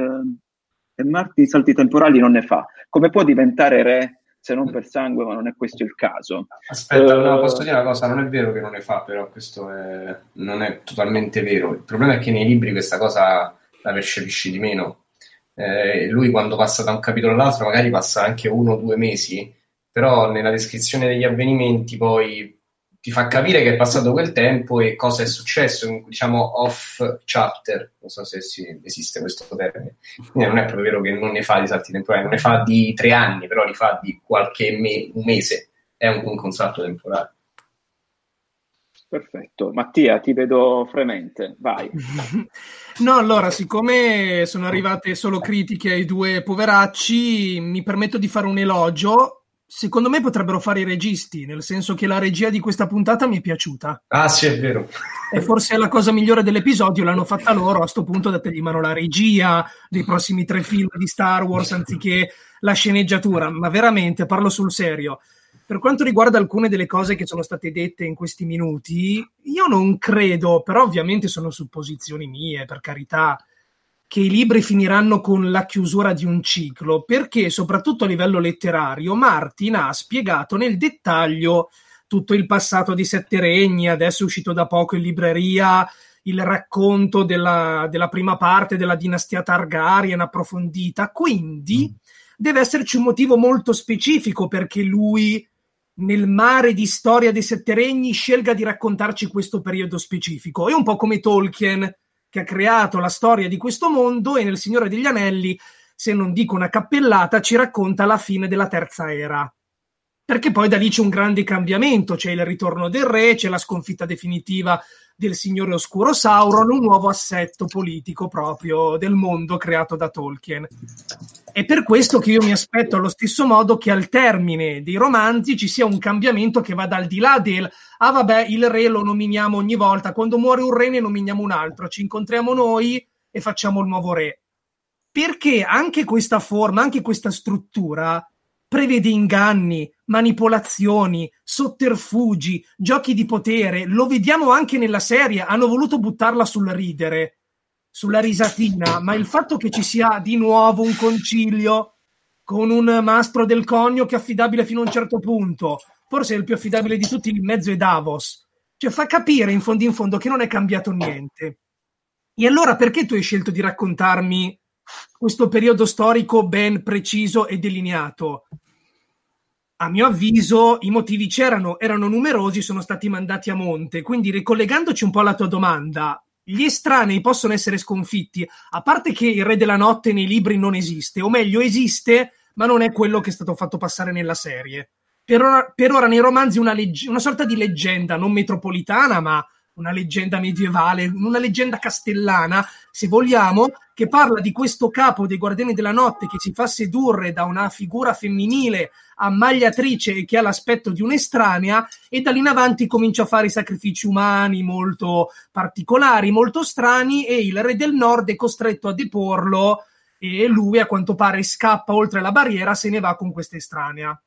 salti temporali non ne fa. Come può diventare re se non per sangue? Ma non è questo il caso. Aspetta, no, posso dire una cosa, non è vero che non ne fa, però questo non è totalmente vero. Il problema è che nei libri questa cosa la percepisci di meno. Lui quando passa da un capitolo all'altro magari passa anche 1 o 2 mesi, però nella descrizione degli avvenimenti poi ti fa capire che è passato quel tempo e cosa è successo, diciamo off chapter, non so se esiste questo termine. Quindi non è proprio vero che non ne fa di salti temporali, non ne fa di 3 anni, però li fa di qualche un mese, è un salto temporale. Perfetto. Mattia, ti vedo fremente, vai. No, allora, siccome sono arrivate solo critiche ai 2 poveracci, mi permetto di fare un elogio. Secondo me potrebbero fare i registi, nel senso che la regia di questa puntata mi è piaciuta. Ah sì, è vero. E forse è la cosa migliore dell'episodio, l'hanno fatta loro, a sto punto dategli in mano la regia dei prossimi 3 film di Star Wars anziché la sceneggiatura. Ma veramente, parlo sul serio. Per quanto riguarda alcune delle cose che sono state dette in questi minuti, io non credo, però ovviamente sono supposizioni mie, per carità, che i libri finiranno con la chiusura di un ciclo, perché soprattutto a livello letterario Martin ha spiegato nel dettaglio tutto il passato di Sette Regni. Adesso è uscito da poco in libreria il racconto della prima parte della dinastia Targaryen approfondita, quindi deve esserci un motivo molto specifico perché lui, nel mare di storia dei Sette Regni, scelga di raccontarci questo periodo specifico. È un po' come Tolkien, che ha creato la storia di questo mondo, e nel Signore degli Anelli, se non dico una cappellata, ci racconta la fine della Terza Era. Perché poi da lì c'è un grande cambiamento, c'è il ritorno del re, c'è la sconfitta definitiva del Signore Oscuro Sauron, un nuovo assetto politico proprio del mondo creato da Tolkien. È per questo che io mi aspetto allo stesso modo che al termine dei romanzi ci sia un cambiamento che vada al di là del vabbè, il re lo nominiamo ogni volta, quando muore un re ne nominiamo un altro, ci incontriamo noi e facciamo il nuovo re. Perché anche questa forma, anche questa struttura prevede inganni, manipolazioni, sotterfugi, giochi di potere. Lo vediamo anche nella serie, hanno voluto buttarla sul ridere, sulla risatina, ma il fatto che ci sia di nuovo un concilio con un mastro del conio che è affidabile fino a un certo punto, forse è il più affidabile di tutti, in mezzo è Davos, cioè fa capire in fondo che non è cambiato niente. E allora perché tu hai scelto di raccontarmi questo periodo storico ben preciso e delineato? A mio avviso i motivi c'erano, erano numerosi, sono stati mandati a monte. Quindi, ricollegandoci un po' alla tua domanda, gli estranei possono essere sconfitti, a parte che il Re della Notte nei libri non esiste, o meglio esiste, ma non è quello che è stato fatto passare nella serie. Per ora nei romanzi una sorta di leggenda, non metropolitana, ma una leggenda medievale, una leggenda castellana, se vogliamo, che parla di questo capo dei Guardiani della Notte che si fa sedurre da una figura femminile ammagliatrice e che ha l'aspetto di un'estranea, e da lì in avanti comincia a fare i sacrifici umani molto particolari, molto strani, e il Re del Nord è costretto a deporlo e lui a quanto pare scappa oltre la barriera, se ne va con questa estranea.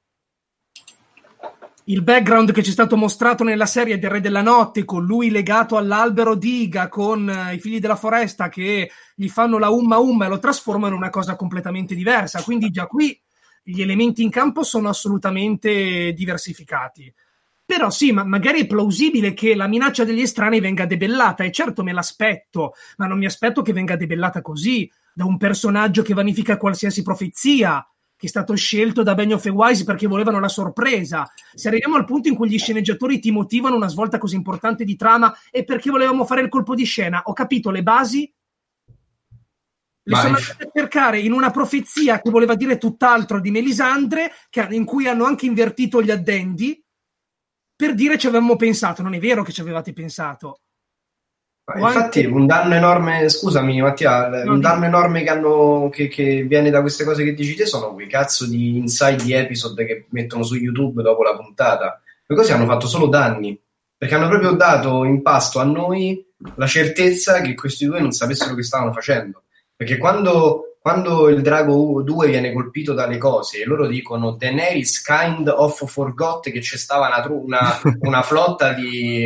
Il background che ci è stato mostrato nella serie del Re della Notte, con lui legato all'albero d'Iga, con i figli della foresta che gli fanno la umma e lo trasformano in una cosa completamente diversa. Quindi già qui gli elementi in campo sono assolutamente diversificati. Però sì, magari è plausibile che la minaccia degli estranei venga debellata, e certo me l'aspetto, ma non mi aspetto che venga debellata così, da un personaggio che vanifica qualsiasi profezia, che è stato scelto da Benioff e Weiss perché volevano la sorpresa. Se arriviamo al punto in cui gli sceneggiatori ti motivano una svolta così importante di trama è perché volevamo fare il colpo di scena, ho capito le basi, le sono andate a cercare in una profezia che voleva dire tutt'altro di Melisandre, in cui hanno anche invertito gli addendi per dire ci avevamo pensato. Non è vero che ci avevate pensato. Infatti un danno enorme, scusami Mattia, un danno enorme che viene da queste cose che dici te sono quei cazzo di inside di episode che mettono su YouTube dopo la puntata. Quei cose hanno fatto solo danni, perché hanno proprio dato in pasto a noi la certezza che questi due non sapessero che stavano facendo. Perché quando il Drago 2 viene colpito dalle cose e loro dicono Daenerys kind of forgot che c'è stava una flotta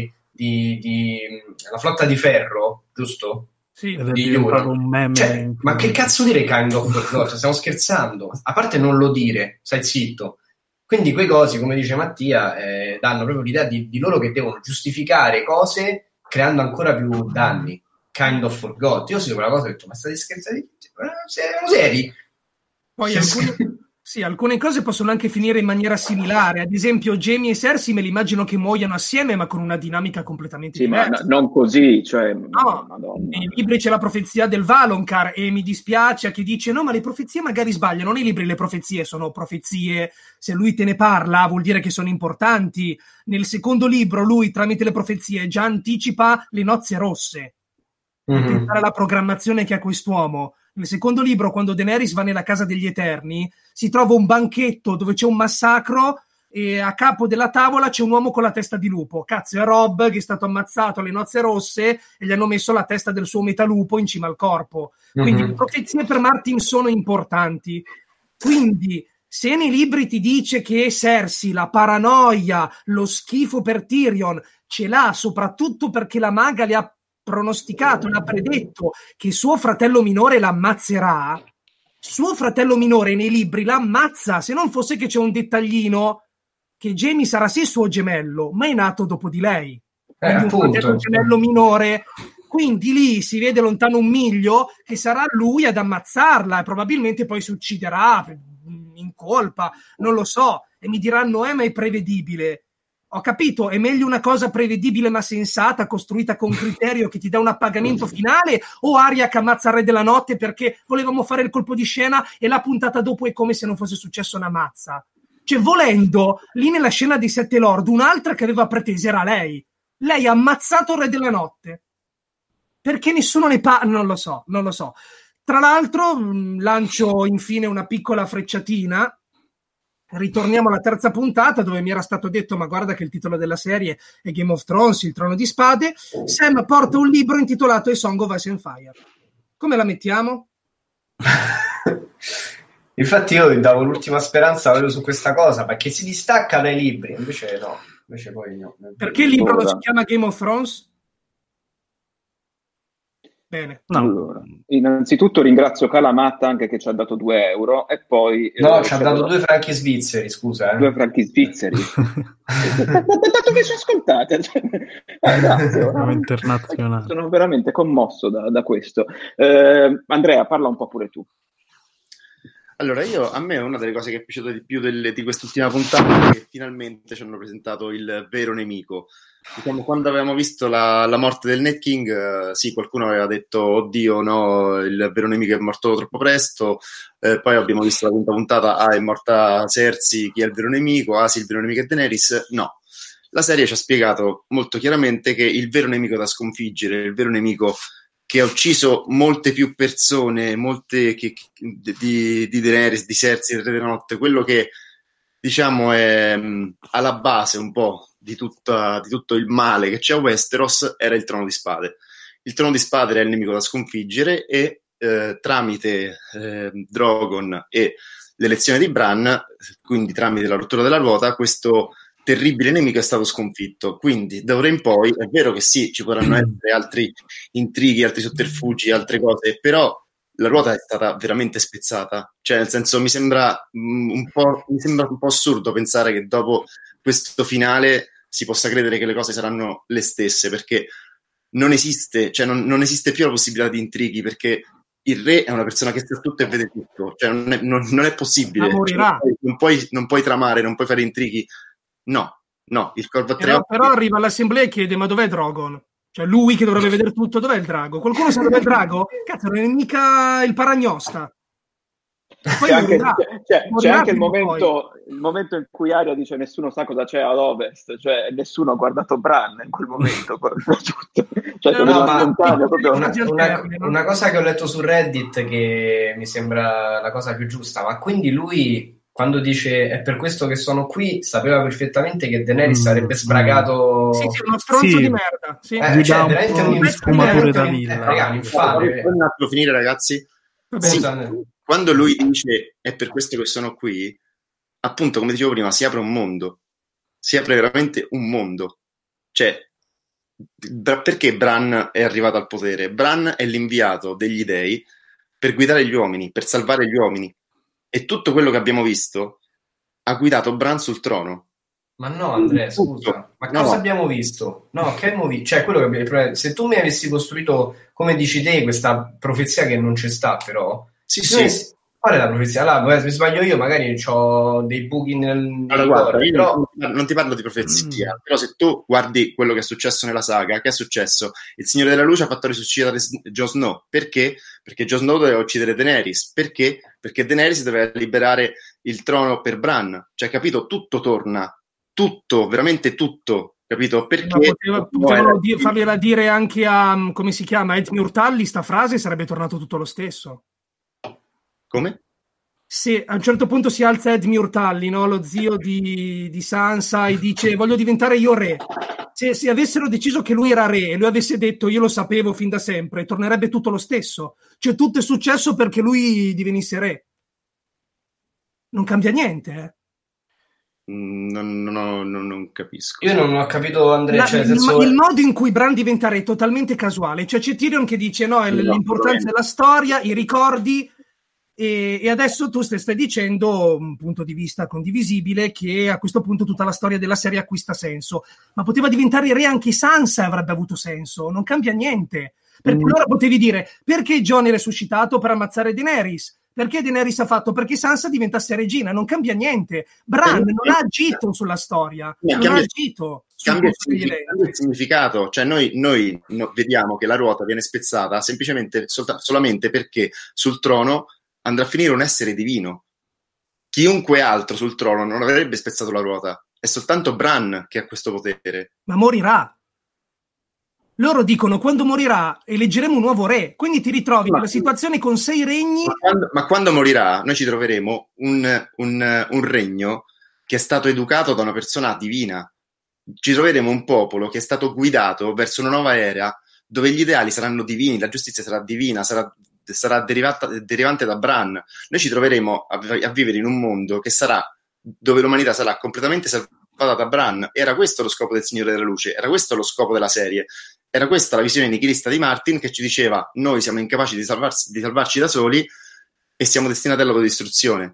la flotta di ferro, giusto? Sì, è un meme. Cioè, ma che cazzo dire kind of forgot? Stiamo scherzando? A parte non lo dire, stai zitto. Quindi quei cosi, come dice Mattia, danno proprio l'idea di loro che devono giustificare cose creando ancora più danni. Kind of forgot. Io ho quella cosa e ho detto, ma state scherzando? Siamo seri? Poi alcune cose possono anche finire in maniera similare. Ad esempio Jaime e Cersei me li immagino che muoiano assieme, ma con una dinamica completamente diversa. Ma non così, cioè, no, nei libri c'è la profezia del Valonqar e mi dispiace a chi dice no, ma le profezie magari sbagliano. Nei libri le profezie sono profezie, se lui te ne parla vuol dire che sono importanti. Nel secondo libro lui tramite le profezie già anticipa le nozze rosse. Pensare alla programmazione che ha quest'uomo. Nel secondo libro, quando Daenerys va nella casa degli Eterni, si trova un banchetto dove c'è un massacro e a capo della tavola c'è un uomo con la testa di lupo. Cazzo, è Rob che è stato ammazzato alle nozze rosse e gli hanno messo la testa del suo metalupo in cima al corpo. Quindi le profezie per Martin sono importanti. Quindi se nei libri ti dice che Cersei la paranoia, lo schifo per Tyrion ce l'ha soprattutto perché la maga le ha pronosticato, le ha predetto che suo fratello minore l'ammazzerà, suo fratello minore nei libri l'ammazza, se non fosse che c'è un dettaglino che Jaime sarà sì suo gemello, ma è nato dopo di lei. Quindi un fratello gemello minore, quindi lì si vede lontano un miglio che sarà lui ad ammazzarla e probabilmente poi si ucciderà in colpa, non lo so, e mi diranno ma è prevedibile. Ho capito, è meglio una cosa prevedibile ma sensata, costruita con criterio, che ti dà un appagamento finale, o Arya che ammazza il Re della Notte perché volevamo fare il colpo di scena e la puntata dopo è come se non fosse successo una mazza. Cioè, volendo, lì nella scena dei Sette Lord, un'altra che aveva pretese era lei. Lei ha ammazzato il Re della Notte. Perché nessuno ne parla? Non lo so. Tra l'altro, lancio infine una piccola frecciatina. Ritorniamo alla terza puntata dove mi era stato detto ma guarda che il titolo della serie è Game of Thrones, il Trono di Spade. Sam porta un libro intitolato A Song of Ice and Fire. Come la mettiamo? Infatti io davo l'ultima speranza proprio su questa cosa perché si distacca dai libri, invece no, invece poi no. Perché il libro non si chiama Game of Thrones? Bene. No. Allora, innanzitutto ringrazio Calamatta anche che ci ha dato 2 euro e poi... No, ci ha dato 2 franchi svizzeri, scusa. 2 franchi svizzeri. Dato che ci ascoltate. Grazie. Internazionale. Sono veramente commosso da questo. Andrea, parla un po' pure tu. Allora, a me una delle cose che è piaciuta di più di quest'ultima puntata è che finalmente ci hanno presentato il vero nemico. Diciamo, quando avevamo visto la morte del Night King, sì, qualcuno aveva detto oddio, no, il vero nemico è morto troppo presto, poi abbiamo visto la quinta puntata, è morta Cersei, chi è il vero nemico? Sì, il vero nemico è Daenerys. No, la serie ci ha spiegato molto chiaramente che il vero nemico da sconfiggere, il vero nemico che ha ucciso molte più persone, di Daenerys, di Cersei, del Re della Notte, quello che diciamo è alla base un po' di tutto il male che c'è a Westeros era il Trono di Spade. Il Trono di Spade era il nemico da sconfiggere e tramite Drogon e l'elezione di Bran, quindi tramite la rottura della ruota, questo terribile nemico è stato sconfitto. Quindi da ora in poi è vero che sì, ci potranno essere altri intrighi, altri sotterfugi, altre cose, però la ruota è stata veramente spezzata. Cioè, nel senso, mi sembra un po' assurdo pensare che dopo questo finale si possa credere che le cose saranno le stesse, perché non esiste, cioè non esiste più la possibilità di intrighi, perché il re è una persona che sa tutto e vede tutto. Cioè, non è possibile. Cioè, non puoi tramare, non puoi fare intrighi. No, il Corvo a tre occhi. Però arriva all'assemblea e chiede ma dov'è Drogon? Cioè lui che dovrebbe vedere tutto, dov'è il drago? Qualcuno sa dov'è il drago? Cazzo, non è mica il paragnosta. C'è anche il momento in cui Arya dice nessuno sa cosa c'è ad ovest, cioè nessuno ha guardato Bran in quel momento. Cioè, una cosa che ho letto su Reddit che mi sembra la cosa più giusta, ma quindi lui quando dice è per questo che sono qui, sapeva perfettamente che Daenerys sarebbe sbragato. Sì, uno stronzo di merda. Sì. Cioè, veramente un sfumatore da villa. Un attimo finire, ragazzi. Sì, quando lui dice è per questo che sono qui, appunto, come dicevo prima, si apre un mondo. Si apre veramente un mondo. Cioè, perché Bran è arrivato al potere? Bran è l'inviato degli dei per guidare gli uomini, per salvare gli uomini. E tutto quello che abbiamo visto ha guidato Bran sul trono. Ma no, Andrea, scusa, ma cosa abbiamo visto? No, che abbiamo visto? Cioè, quello che se tu mi avessi costruito, come dici te, questa profezia che non c'è sta, però. Sì. Qual è la profezia? Allora, mi sbaglio io, magari ho dei buchi nel guarda, io non ti parlo di profezia, però se tu guardi quello che è successo nella saga, che è successo? Il Signore della Luce ha fatto risuscitare Jon Snow. Perché? Perché Jon Snow doveva uccidere Daenerys. Perché? Perché Daenerys doveva liberare il trono per Bran. Cioè, capito? Tutto torna. Tutto, veramente tutto. Capito? Perché potevano fargliela dire anche a, come si chiama, Edmure Tully, sta frase, sarebbe tornato tutto lo stesso. Come? se a un certo punto si alza Edmure Tully, no? Lo zio di Sansa, e dice voglio diventare io re, se avessero deciso che lui era re e lui avesse detto io lo sapevo fin da sempre, tornerebbe tutto lo stesso, cioè tutto è successo perché lui divenisse re, non cambia niente, Non capisco. Io non ho capito, Andrea. Il modo in cui Bran diventa re è totalmente casuale. Cioè c'è Tyrion che dice no, l'importanza della storia, i ricordi, e adesso tu stai dicendo un punto di vista condivisibile che a questo punto tutta la storia della serie acquista senso. Ma poteva diventare re anche Sansa, avrebbe avuto senso. Non cambia niente. Perché allora potevi dire perché Jon è resuscitato per ammazzare Daenerys? Perché Daenerys ha fatto? Perché Sansa diventasse regina, non cambia niente. Bran non ha agito sulla storia, non ha agito. Cambia il significato, cioè noi vediamo che la ruota viene spezzata semplicemente solamente perché sul trono andrà a finire un essere divino. Chiunque altro sul trono non avrebbe spezzato la ruota, è soltanto Bran che ha questo potere. Ma morirà. Loro dicono quando morirà eleggeremo un nuovo re, quindi ti ritrovi nella situazione con 6 regni. Ma quando morirà noi ci troveremo un regno che è stato educato da una persona divina, ci troveremo un popolo che è stato guidato verso una nuova era dove gli ideali saranno divini, la giustizia sarà divina, sarà derivante da Bran. Noi ci troveremo a vivere in un mondo che sarà, dove l'umanità sarà completamente salvata da Bran. Era questo lo scopo del Signore della Luce, era questo lo scopo della serie. Era questa la visione nichilista di Martin, che ci diceva noi siamo incapaci di salvarci da soli e siamo destinati all'autodistruzione.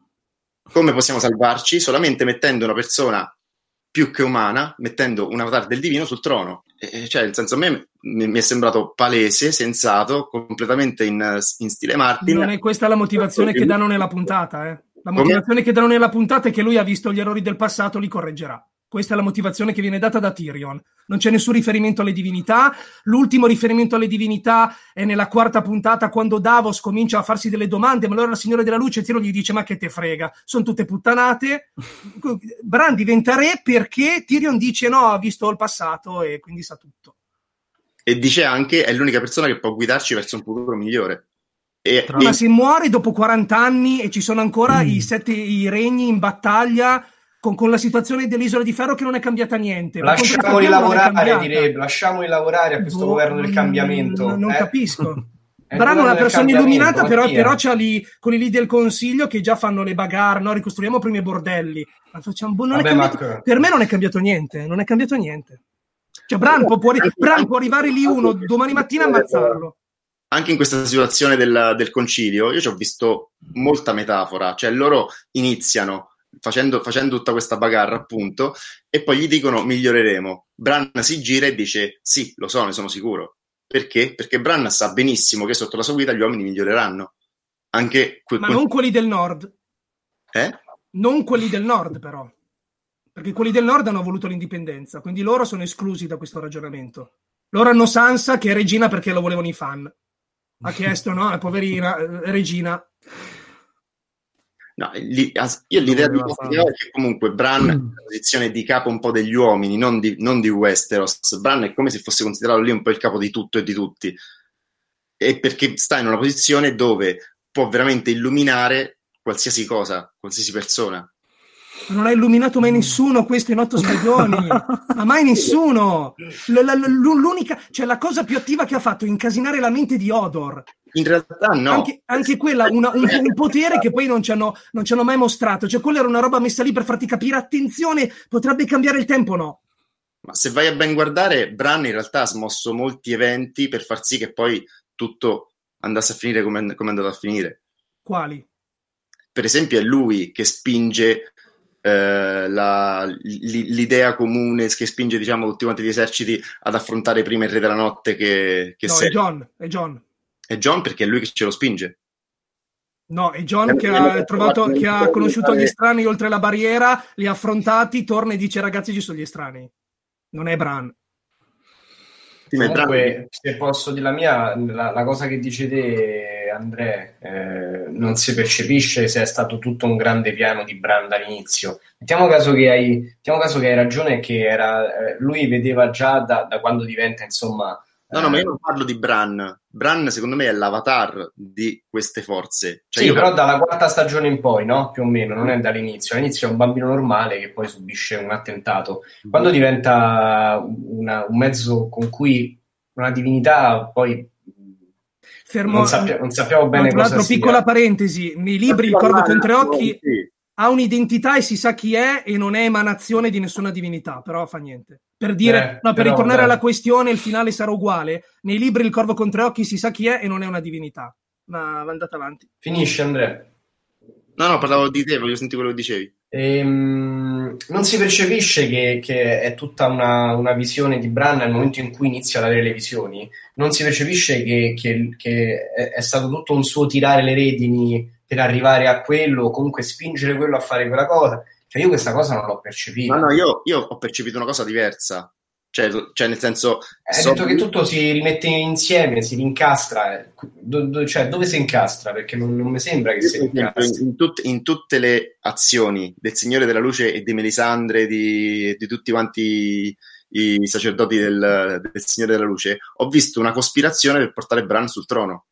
Come possiamo salvarci? Solamente mettendo una persona più che umana, mettendo un avatar del divino sul trono. Cioè, nel senso, a me mi è sembrato palese, sensato, completamente in stile Martin. Non è questa la motivazione che danno nella puntata, La motivazione che danno nella puntata è che lui ha visto gli errori del passato, li correggerà. Questa è la motivazione che viene data da Tyrion. Non c'è nessun riferimento alle divinità. L'ultimo riferimento alle divinità è nella 4ª puntata, quando Davos comincia a farsi delle domande, ma allora il Signore della Luce Tyrion gli dice ma che te frega, sono tutte puttanate. Bran diventa re perché Tyrion dice no, ha visto il passato e quindi sa tutto. E dice anche è l'unica persona che può guidarci verso un futuro migliore. Ma se muore dopo 40 anni e ci sono ancora i regni in battaglia con la situazione dell'Isola di Ferro che non è cambiata niente. Lasciamoli lavorare, direbbe. Lasciamoli lavorare a questo governo del cambiamento. Non capisco. Bran è una persona illuminata, però c'ha quelli lì del consiglio che già fanno le bagarre, no? Ricostruiamo prima i bordelli. Ma facciamo, per me non è cambiato niente. Non è cambiato niente. Cioè, Bran può arrivare lì uno domani mattina e ammazzarlo. Anche in questa situazione del concilio, io ci ho visto molta metafora. Cioè, loro iniziano facendo tutta questa bagarra, appunto, e poi gli dicono miglioreremo. Bran si gira e dice sì, lo so, ne sono sicuro. Perché? Perché Bran sa benissimo che sotto la sua guida gli uomini miglioreranno. Anche ma non quelli del nord. Non quelli del nord, però. Perché quelli del nord hanno voluto l'indipendenza, quindi loro sono esclusi da questo ragionamento. Loro hanno Sansa che è regina perché lo volevano i fan. Ha chiesto, no? La poverina regina. No, io l'idea di è che comunque Bran è in posizione di capo un po' degli uomini, non di Westeros. Bran è come se fosse considerato lì un po' il capo di tutto e di tutti, e perché sta in una posizione dove può veramente illuminare qualsiasi cosa, qualsiasi persona. Non ha illuminato mai nessuno questo in 8 stagioni, ma mai nessuno. L'unica, cioè la cosa più attiva che ha fatto è incasinare la mente di Hodor. In realtà no. Anche quella, un potere che poi non ci hanno mai mostrato. Cioè quella era una roba messa lì per farti capire, attenzione, potrebbe cambiare il tempo, no? Ma se vai a ben guardare, Bran in realtà ha smosso molti eventi per far sì che poi tutto andasse a finire come è andato a finire. Quali? Per esempio è lui che spinge l'idea comune, che spinge, diciamo, tutti quanti gli eserciti ad affrontare prima il Re della Notte che no, è Jon. È Jon perché è lui che ce lo spinge. No, è Jon che ha conosciuto gli estranei oltre la barriera, li ha affrontati, torna e dice ragazzi ci sono gli estranei. Non è Bran. Sì, comunque, se posso dire la mia, la cosa che dice te, Andrea, non si percepisce se è stato tutto un grande piano di Bran dall'inizio. Mettiamo caso che hai ragione, che lui vedeva già da quando diventa, insomma, No, ma io non parlo di Bran. Bran, secondo me, è l'avatar di queste forze. Cioè, sì, però dalla quarta stagione in poi, no? Più o meno, non è dall'inizio. All'inizio è un bambino normale che poi subisce un attentato. Quando diventa un mezzo con cui una divinità, poi non sappiamo bene tra cosa l'altro, sia. Piccola parentesi, nei libri il Corvo con tre occhi ha un'identità e si sa chi è e non è emanazione di nessuna divinità, però fa niente. Per dire, per ritornare alla questione, il finale sarà uguale. Nei libri il Corvo con tre occhi si sa chi è e non è una divinità. Ma andate avanti. Finisce, Andrea. No, parlavo di te, voglio sentire quello che dicevi. Non si percepisce che è tutta una visione di Bran nel momento in cui inizia ad avere le visioni. Non si percepisce che è stato tutto un suo tirare le redini per arrivare a quello, o comunque spingere quello a fare quella cosa. Cioè io questa cosa non l'ho percepita. No, io ho percepito una cosa diversa. Cioè nel senso... Hai detto che tutto si rimette insieme, si rincastra. Cioè, dove si incastra? Perché non mi sembra che si incastri. In tutte le azioni del Signore della Luce e di Melisandre, di tutti quanti i sacerdoti del Signore della Luce, ho visto una cospirazione per portare Bran sul trono.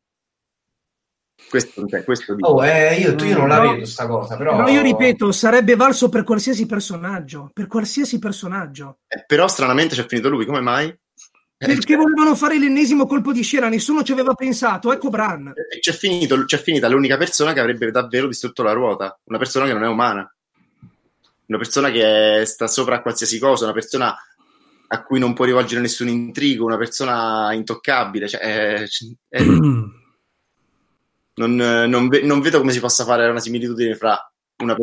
Questo dico. Io non la vedo sta cosa, però io ripeto, sarebbe valso per qualsiasi personaggio, però stranamente c'è finito lui, come mai? Perché volevano fare l'ennesimo colpo di scena, nessuno ci aveva pensato, ecco Bran. C'è finita l'unica persona che avrebbe davvero distrutto la ruota, una persona che non è umana, una persona che sta sopra a qualsiasi cosa, una persona a cui non può rivolgere nessun intrigo, una persona intoccabile, non vedo come si possa fare una similitudine fra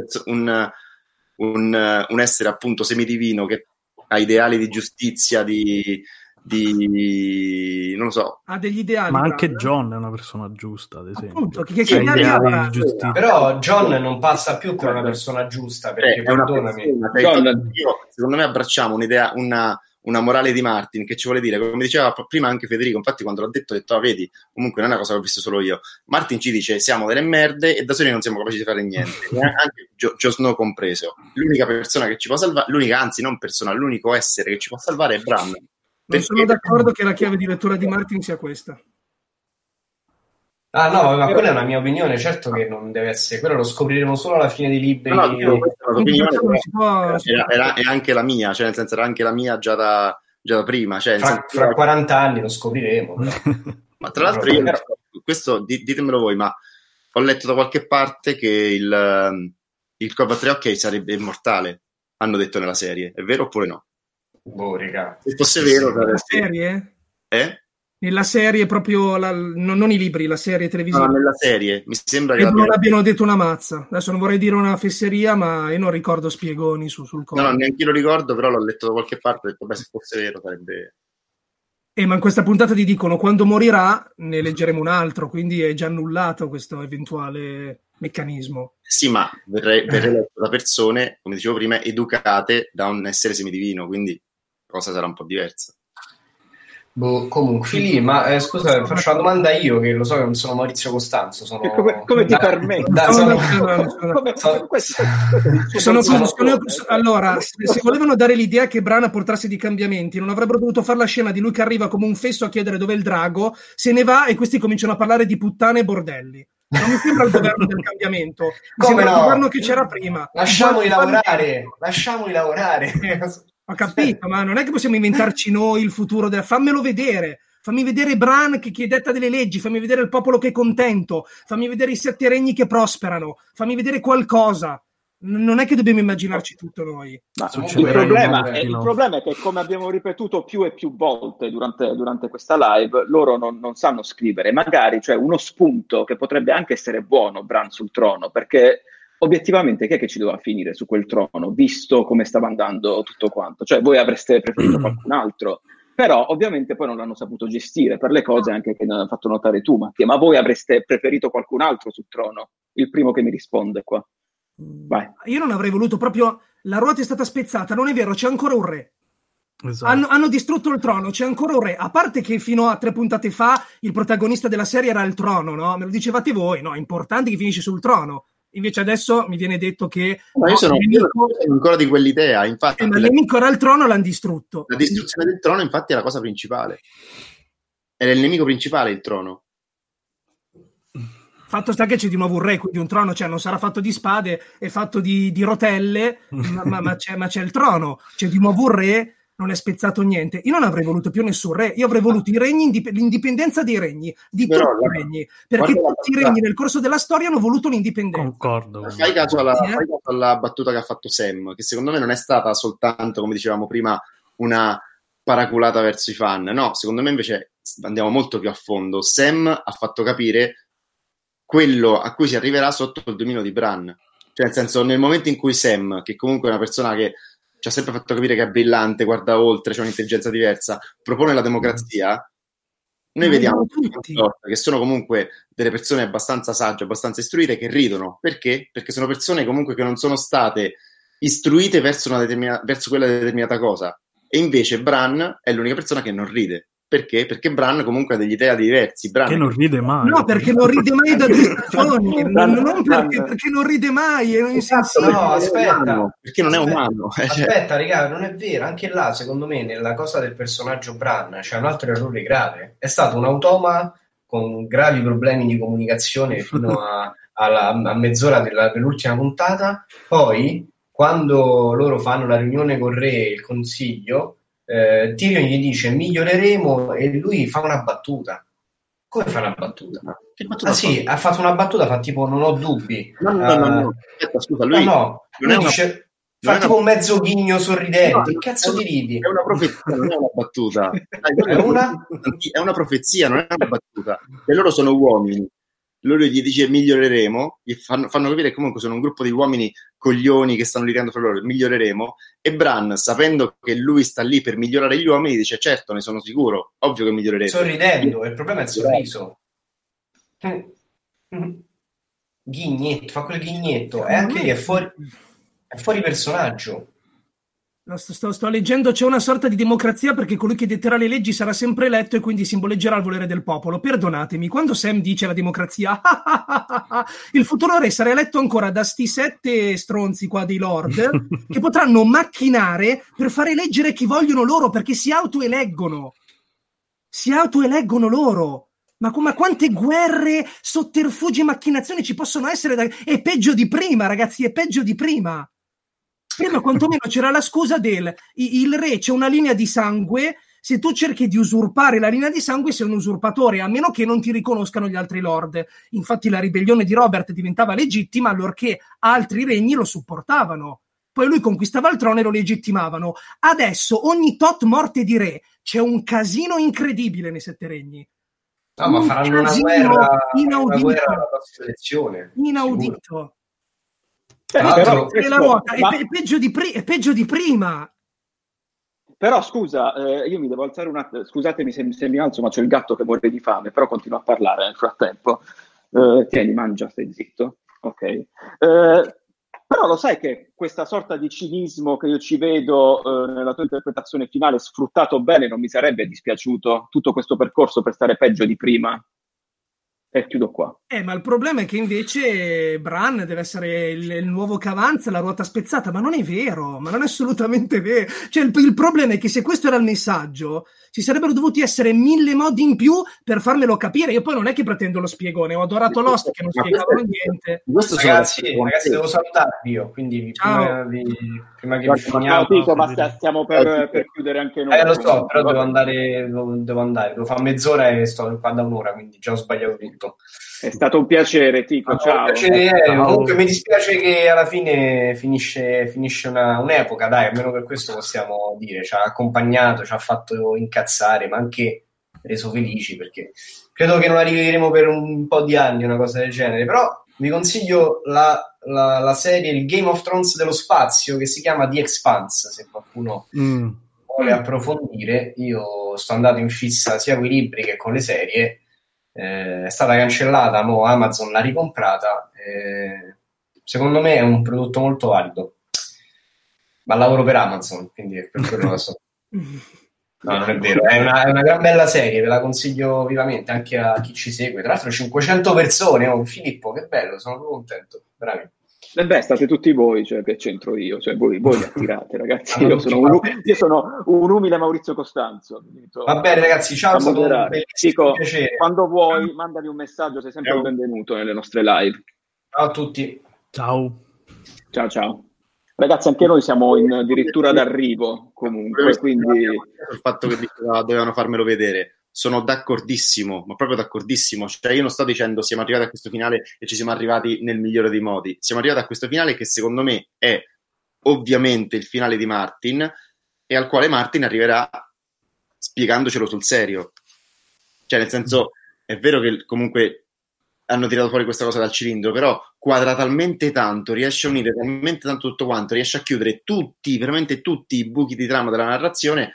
un essere appunto semidivino che ha ideali di giustizia, di non lo so. Ha degli ideali. Ma anche Jon è una persona giusta, ad esempio. Appunto, che ideali di giustizia. Però Jon non passa più per una persona giusta, perché perdonami. Secondo me abbracciamo un'idea, una morale di Martin, che ci vuole dire, come diceva prima anche Federico, infatti quando l'ho detto, vedi, comunque non è una cosa che ho visto solo io. Martin ci dice, siamo delle merde e da soli non siamo capaci di fare niente, anche Jon Snow compreso. L'unica persona che ci può salvare, l'unico essere che ci può salvare è Bran. Non sono d'accordo che la chiave di lettura di Martin sia questa. Ah no, ma quella è una mia opinione, certo che non deve essere, quello lo scopriremo solo alla fine dei libri. No, era anche la mia, cioè nel senso era anche la mia già da prima. Cioè, fra 40 anni lo scopriremo. Ma tra l'altro io, questo ditemelo voi, ma ho letto da qualche parte che il Corvo a tre occhi sarebbe immortale, hanno detto nella serie, è vero oppure no? Boh, raga. Se fosse vero... La serie? Nella serie proprio, non i libri, la serie televisiva. No, nella serie, mi sembra che... non abbiano detto una mazza. Adesso non vorrei dire una fesseria, ma io non ricordo spiegoni sul corpo. No, neanche io lo ricordo, però l'ho letto da qualche parte e ho detto, se fosse vero sarebbe... Ma in questa puntata ti dicono, quando morirà ne leggeremo un altro, quindi è già annullato questo eventuale meccanismo. Sì, ma verrei letto da persone, come dicevo prima, educate da un essere semidivino, quindi la cosa sarà un po' diversa. Comunque, Filì, ma scusa, faccio una domanda io, che lo so che non sono Maurizio Costanzo, sono... Come ti permetti? Allora, se volevano dare l'idea che Bran apportasse dei cambiamenti, non avrebbero dovuto fare la scena di lui che arriva come un fesso a chiedere dov'è il drago, se ne va e questi cominciano a parlare di puttane e bordelli. Non mi sembra il governo del cambiamento, mi sembra il governo che c'era prima. Lasciamoli lavorare. Ho capito, ma non è che possiamo inventarci noi il futuro fammelo vedere. Fammi vedere Bran che detta delle leggi, fammi vedere il popolo che è contento, fammi vedere i 7 regni che prosperano, fammi vedere qualcosa. Non è che dobbiamo immaginarci tutto noi. Ma il problema è che, come abbiamo ripetuto più e più volte durante questa live, loro non sanno scrivere. Magari c'è uno spunto che potrebbe anche essere buono, Bran sul trono, perché... Obiettivamente, chi è che ci doveva finire su quel trono, visto come stava andando tutto quanto? Cioè, voi avreste preferito qualcun altro, però ovviamente poi non l'hanno saputo gestire per le cose anche che ha fatto notare tu, Mattia. Ma voi avreste preferito qualcun altro sul trono? Il primo che mi risponde qua. Vai. Io non avrei voluto proprio... La ruota è stata spezzata, non è vero, c'è ancora un re. Esatto. Hanno distrutto il trono, c'è ancora un re, a parte che fino a 3 puntate fa il protagonista della serie era il trono, no? Me lo dicevate voi, no? È importante che finisce sul trono. Invece adesso mi viene detto che io sono ancora di quell'idea, infatti. Ma il nemico era il trono, l'hanno distrutto. La distruzione del trono, infatti, è la cosa principale. Era il nemico principale, il trono. Fatto sta che c'è di nuovo un re, quindi un trono, cioè non sarà fatto di spade, è fatto di rotelle, ma c'è il trono, c'è di nuovo un re, non è spezzato niente. Io non avrei voluto più nessun re, io avrei voluto i regni, l'indipendenza dei regni, di tutti i regni, perché tutti i regni nel corso della storia hanno voluto l'indipendenza. Concordo. Fai caso alla battuta che ha fatto Sam, che secondo me non è stata soltanto, come dicevamo prima, una paraculata verso i fan. No, secondo me invece andiamo molto più a fondo. Sam ha fatto capire quello a cui si arriverà sotto il dominio di Bran. Cioè, nel senso, nel momento in cui Sam, che comunque è una persona che ci ha sempre fatto capire che è brillante, guarda oltre, c'è un'intelligenza diversa, propone la democrazia, noi vediamo che sono comunque delle persone abbastanza sagge, abbastanza istruite, che ridono. Perché? Perché sono persone comunque che non sono state istruite verso quella determinata cosa. E invece Bran è l'unica persona che non ride. Perché? Perché Bran comunque ha degli idee diversi. Bran che non ride mai. No, perché non ride mai da 2 stagioni. Non perché non ride mai. È insensibile. No, aspetta. Perché non è umano. Aspetta, raga, non è vero. Anche là, secondo me, nella cosa del personaggio Bran c'è un altro errore grave. È stato un automa con gravi problemi di comunicazione fino a mezz'ora dell'ultima puntata. Poi, quando loro fanno la riunione con Re e il consiglio, Tyrion gli dice miglioreremo e lui fa una battuta. Come fa una battuta? Sì, ha fatto una battuta, fa tipo non ho dubbi. No. Aspetta, scusa, lui fa tipo un mezzo ghigno sorridente. Che cazzo ti ridi? È una profezia, non è una battuta. È una profezia, non è una battuta. E loro sono uomini. Loro gli dice miglioreremo, gli fanno capire che comunque sono un gruppo di uomini coglioni che stanno litigando fra loro, miglioreremo, e Bran, sapendo che lui sta lì per migliorare gli uomini, dice certo, ne sono sicuro, ovvio che miglioreremo. Sorridendo, il problema è il sorriso. Ghignetto, fa quel ghignetto, e anche lì è fuori personaggio. Sto leggendo, c'è una sorta di democrazia perché colui che detterà le leggi sarà sempre eletto e quindi simboleggerà il volere del popolo. Perdonatemi, quando Sam dice la democrazia, il futuro re sarà eletto ancora da sti 7 stronzi qua dei lord che potranno macchinare per fare eleggere chi vogliono loro, perché si autoeleggono loro. Ma quante guerre, sotterfugi e macchinazioni ci possono essere? È peggio di prima, ragazzi, è peggio di prima. Prima quantomeno c'era la scusa il re c'è una linea di sangue, se tu cerchi di usurpare la linea di sangue sei un usurpatore, a meno che non ti riconoscano gli altri lord. Infatti la ribellione di Robert diventava legittima allorché altri regni lo supportavano. Poi lui conquistava il trono e lo legittimavano. Adesso ogni tot morte di re c'è un casino incredibile nei 7 regni. No, ma faranno una guerra alla prossima elezione. Inaudito. Sicuro. Però, è peggio di prima. Però scusa, io mi devo alzare un attimo, scusatemi se mi alzo, ma c'è il gatto che muore di fame, però continua a parlare nel frattempo. Tieni, mangia, stai zitto. Ok. Però lo sai che questa sorta di cinismo che io ci vedo nella tua interpretazione finale, sfruttato bene, non mi sarebbe dispiaciuto tutto questo percorso per stare peggio di prima. E chiudo qua. Ma il problema è che invece Bran deve essere il nuovo che avanza, la ruota spezzata, ma non è vero, ma non è assolutamente vero. Cioè il problema è che se questo era il messaggio, ci sarebbero dovuti essere 1000 modi in più per farmelo capire. Io poi non è che pretendo lo spiegone, ho adorato Lost che non spiegavano niente. Ragazzi, devo salutarvi io, quindi prima che vi finiamo... ma stiamo per chiudere anche noi. Lo so, però devo andare, devo fare mezz'ora e sto qua da un'ora, quindi già ho sbagliato tutto. È stato un piacere, Tico, ciao. Comunque mi dispiace che alla fine finisce un'epoca, dai, almeno per questo possiamo dire, ci ha accompagnato, ci ha fatto incazzare, ma anche reso felici, perché credo che non la rivedremo per un po' di anni, una cosa del genere, però vi consiglio la serie, il Game of Thrones dello spazio, che si chiama The Expanse, se qualcuno vuole approfondire. Io sto andando in fissa sia con i libri che con le serie. È stata cancellata, mo Amazon l'ha ricomprata, secondo me è un prodotto molto valido, ma lavoro per Amazon, quindi è per quello che so. No, non è vero, è una gran bella serie, ve la consiglio vivamente anche a chi ci segue. Tra l'altro 500 persone, Filippo, che bello, sono proprio contento, bravi. Beh, state tutti voi, cioè che c'entro io, cioè voi mi attirate, ragazzi. Io sono un umile Maurizio Costanzo. Va bene, ragazzi, ciao, è stato un bellissimo piacere. Quando vuoi, mandami un messaggio, sei sempre il benvenuto nelle nostre live. Ciao a tutti. Ciao. Ciao. Ragazzi, anche noi siamo addirittura d'arrivo, comunque, quindi... Il fatto che dovevano farmelo vedere. Sono d'accordissimo, ma proprio d'accordissimo. Cioè, io non sto dicendo siamo arrivati a questo finale e ci siamo arrivati nel migliore dei modi. Siamo arrivati a questo finale che secondo me è ovviamente il finale di Martin e al quale Martin arriverà spiegandocelo sul serio. Cioè, nel senso, è vero che comunque hanno tirato fuori questa cosa dal cilindro, però quadra talmente tanto, riesce a unire talmente tanto tutto quanto, riesce a chiudere veramente tutti i buchi di trama della narrazione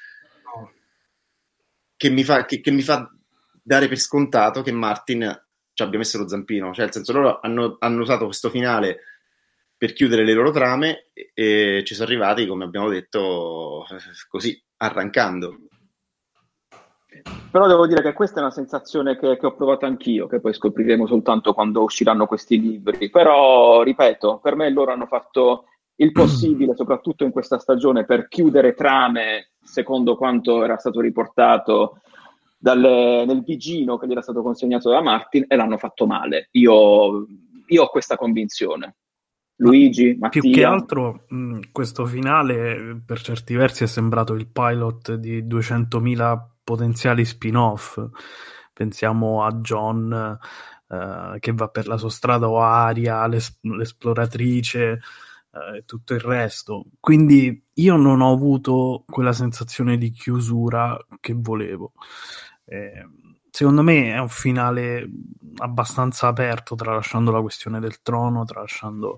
che mi fa dare per scontato che Martin ci abbia messo lo zampino. Cioè, nel senso, loro hanno usato questo finale per chiudere le loro trame e ci sono arrivati, come abbiamo detto, così, arrancando. Però devo dire che questa è una sensazione che ho provato anch'io, che poi scopriremo soltanto quando usciranno questi libri. Però, ripeto, per me loro hanno fatto il possibile, soprattutto in questa stagione, per chiudere trame secondo quanto era stato riportato nel vigino che gli era stato consegnato da Martin, e l'hanno fatto male. Io ho questa convinzione. Luigi, Mattia. Più che altro questo finale per certi versi è sembrato il pilot di 200.000 potenziali spin-off. Pensiamo a John che va per la sua strada, o Aria, l'esploratrice, e tutto il resto. Quindi io non ho avuto quella sensazione di chiusura che volevo. Secondo me è un finale abbastanza aperto, tralasciando la questione del trono, tralasciando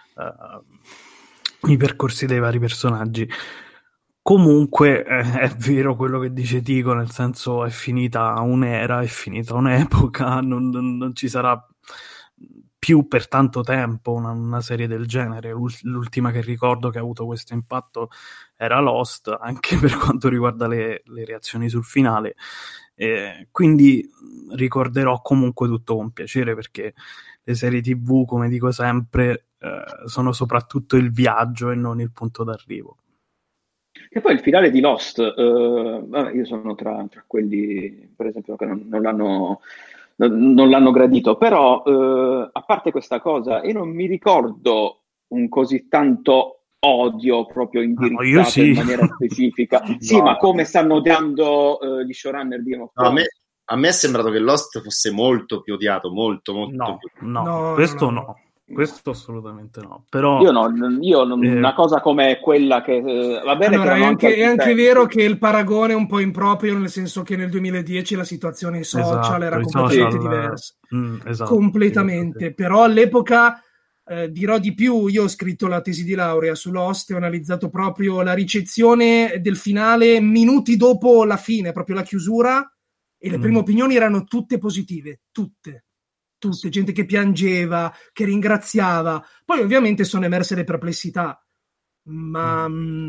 i percorsi dei vari personaggi. Comunque è vero quello che dice Tico, nel senso è finita un'era, è finita un'epoca, non ci sarà più per tanto tempo una serie del genere. L'ultima che ricordo che ha avuto questo impatto era Lost, anche per quanto riguarda le reazioni sul finale. Quindi ricorderò comunque tutto con piacere, perché le serie TV, come dico sempre, sono soprattutto il viaggio e non il punto d'arrivo. E poi il finale di Lost, io sono tra quelli, per esempio, che non l'hanno gradito, però a parte questa cosa, io non mi ricordo un così tanto odio proprio indirizzato in maniera specifica. Sì, ma come stanno odiando gli showrunner di Game of Thrones? A me è sembrato che Lost fosse molto più odiato, molto più. No, questo no. Questo assolutamente no. Però una cosa come quella che va bene. Allora, è anche vero che il paragone è un po' improprio, nel senso che nel 2010 la situazione social era completamente diversa. Esatto, completamente. Sì. Però all'epoca dirò di più, io ho scritto la tesi di laurea su Lost e ho analizzato proprio la ricezione del finale minuti dopo la fine, proprio la chiusura, e le prime opinioni erano tutte positive, tutte, gente che piangeva, che ringraziava. Poi ovviamente sono emerse le perplessità, ma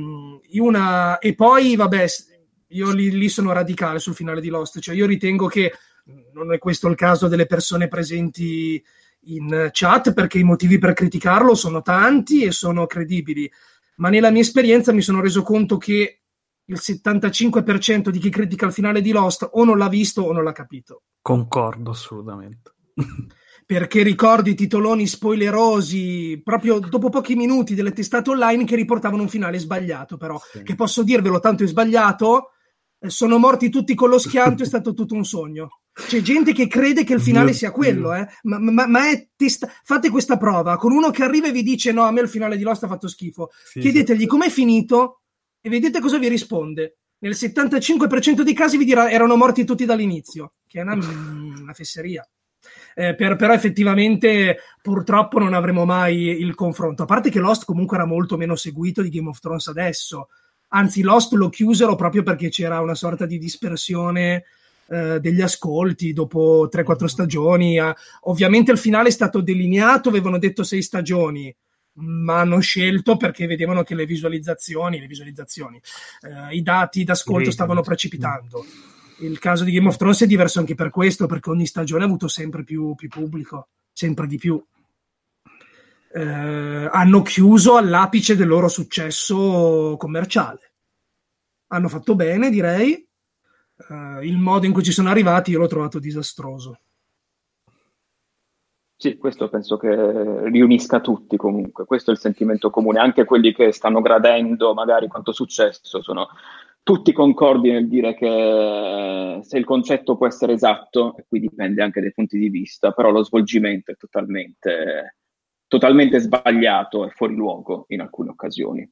e poi vabbè, io lì sono radicale sul finale di Lost, cioè io ritengo che non è questo il caso delle persone presenti in chat, perché i motivi per criticarlo sono tanti e sono credibili, ma nella mia esperienza mi sono reso conto che il 75% di chi critica il finale di Lost o non l'ha visto o non l'ha capito. Concordo assolutamente. Perché ricordo i titoloni spoilerosi proprio dopo pochi minuti delle testate online che riportavano un finale sbagliato, però che posso dirvelo, tanto è sbagliato, sono morti tutti con lo schianto, è stato tutto un sogno. C'è gente che crede che il finale sia quello, ma è fate questa prova con uno che arriva e vi dice no, a me il finale di Lost ha fatto schifo, chiedetegli com'è finito e vedete cosa vi risponde. Nel 75% dei casi vi dirà erano morti tutti dall'inizio, che è una fesseria. Però effettivamente purtroppo non avremo mai il confronto, a parte che Lost comunque era molto meno seguito di Game of Thrones adesso, anzi Lost lo chiusero proprio perché c'era una sorta di dispersione degli ascolti dopo 3-4 stagioni. Ovviamente il finale è stato delineato, avevano detto 6 stagioni, ma hanno scelto perché vedevano che le visualizzazioni, i dati d'ascolto stavano precipitando. Il caso di Game of Thrones è diverso anche per questo, perché ogni stagione ha avuto sempre più pubblico, sempre di più. Hanno chiuso all'apice del loro successo commerciale. Hanno fatto bene, direi. Il modo in cui ci sono arrivati io l'ho trovato disastroso. Sì, questo penso che riunisca tutti comunque, questo è il sentimento comune, anche quelli che stanno gradendo magari quanto successo, sono tutti concordi nel dire che se il concetto può essere esatto, e qui dipende anche dai punti di vista, però lo svolgimento è totalmente sbagliato e fuori luogo in alcune occasioni.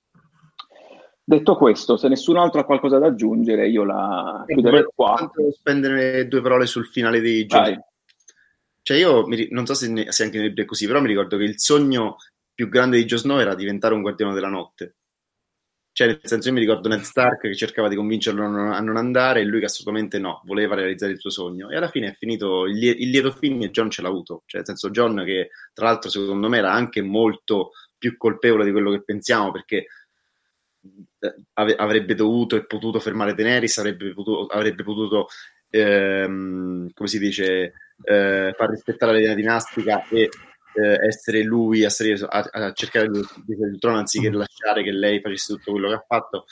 Detto questo, se nessun altro ha qualcosa da aggiungere, io la chiuderei qua. Tanto spendere 2 parole sul finale dei giochi. Cioè io non so se anche nel libro è così, però mi ricordo che il sogno più grande di Jon Snow era diventare un guardiano della notte. Cioè, nel senso, io mi ricordo Ned Stark che cercava di convincerlo a non andare e lui che assolutamente no, voleva realizzare il suo sogno. E alla fine è finito il lieto fine e Jon ce l'ha avuto. Cioè, nel senso, Jon che tra l'altro secondo me era anche molto più colpevole di quello che pensiamo, perché avrebbe dovuto e potuto fermare Daenerys, avrebbe potuto come si dice, far rispettare la linea dinastica e essere lui a cercare il trono anziché lasciare che lei facesse tutto quello che ha fatto.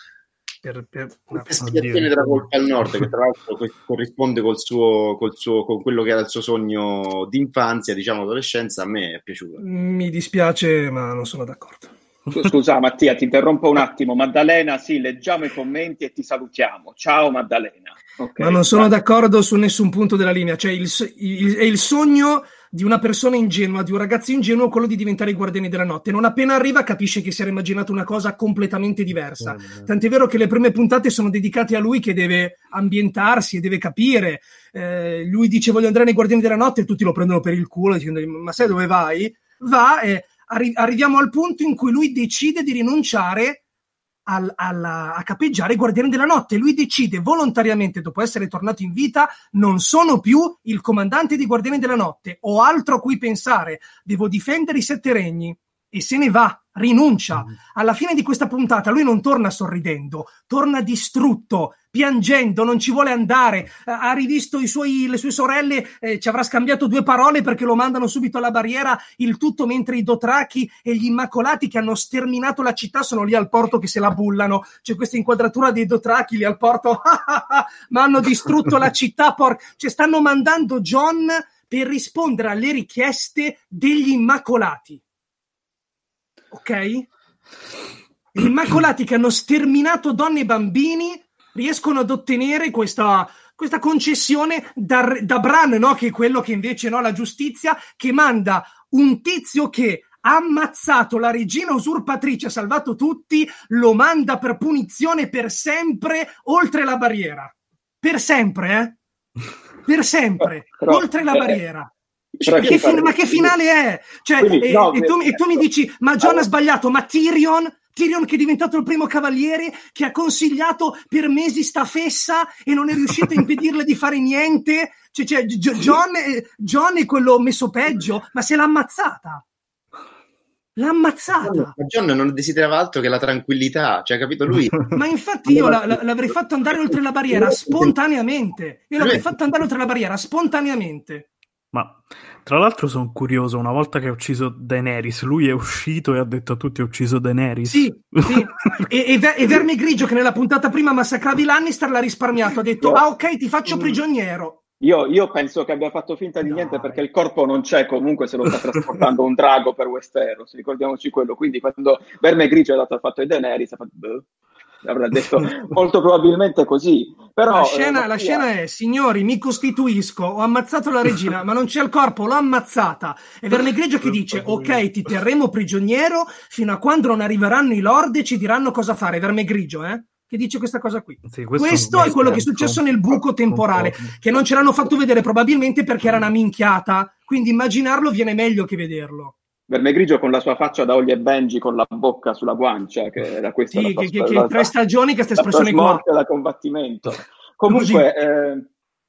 Spiegazione della colpa al nord, che tra l'altro corrisponde con quello che era il suo sogno d'infanzia, diciamo adolescenza, a me è piaciuto. Mi dispiace, ma non sono d'accordo. Scusa Mattia, ti interrompo un attimo. Maddalena, sì, leggiamo i commenti e ti salutiamo. Ciao Maddalena. Okay, ma non sono d'accordo su nessun punto della linea. Cioè è il sogno di una persona ingenua, di un ragazzo ingenuo, quello di diventare i guardiani della notte. Non appena arriva capisce che si era immaginato una cosa completamente diversa. Tant'è vero che le prime puntate sono dedicate a lui che deve ambientarsi e deve capire. Lui dice voglio andare nei guardiani della notte e tutti lo prendono per il culo dicendo ma sai dove vai? Va e arriviamo al punto in cui lui decide di rinunciare a capeggiare i guardiani della notte. Lui decide volontariamente, dopo essere tornato in vita, non sono più il comandante dei guardiani della notte, ho altro a cui pensare, devo difendere i 7 regni, e se ne va, rinuncia. Alla fine di questa puntata lui non torna sorridendo, torna distrutto, piangendo, non ci vuole andare, ha rivisto le sue sorelle, ci avrà scambiato 2 parole perché lo mandano subito alla barriera, il tutto mentre i Dothraki e gli Immacolati che hanno sterminato la città sono lì al porto che se la bullano. C'è questa inquadratura dei Dothraki lì al porto, ma hanno distrutto la città, cioè stanno mandando Jon per rispondere alle richieste degli Immacolati. Ok? Gli Immacolati che hanno sterminato donne e bambini riescono ad ottenere questa concessione da Bran, no? Che è quello che invece no, la giustizia, che manda un tizio che ha ammazzato la regina usurpatrice, ha salvato tutti, lo manda per punizione per sempre oltre la barriera. Per sempre, per sempre, oltre la barriera. Ma che finale è? Cioè, quindi, e tu mi dici ma Jon ha sbagliato, ma Tyrion che è diventato il primo cavaliere, che ha consigliato per mesi sta fessa e non è riuscito a impedirle di fare niente, cioè Jon è quello messo peggio, ma se l'ha ammazzata. Jon non desiderava altro che la tranquillità, cioè capito lui? Ma infatti io l'avrei fatto andare oltre la barriera spontaneamente. Ma tra l'altro sono curioso, una volta che ha ucciso Daenerys, lui è uscito e ha detto a tutti ho ucciso Daenerys. Sì. e Verme Grigio che nella puntata prima massacravi Lannister l'ha risparmiato, ha detto ok ti faccio prigioniero. Io penso che abbia fatto finta di niente perché il corpo non c'è, comunque se lo sta trasportando un drago per Westeros, ricordiamoci quello, quindi quando Verme Grigio ha dato il fatto di Daenerys avrà detto molto probabilmente così. Però la scena è signori mi costituisco, ho ammazzato la regina ma non c'è il corpo, l'ho ammazzata, e Verme Grigio che dice ok ti terremo prigioniero fino a quando non arriveranno i lord e ci diranno cosa fare. Verme Grigio che dice questa cosa qui. Sì, questo è quello che è successo nel buco temporale, che non ce l'hanno fatto vedere probabilmente perché era una minchiata, quindi immaginarlo viene meglio che vederlo. Verme Grigio con la sua faccia da Holly e Benji con la bocca sulla guancia, che era questa che 3 stagioni che sta espressione qua da combattimento. Comunque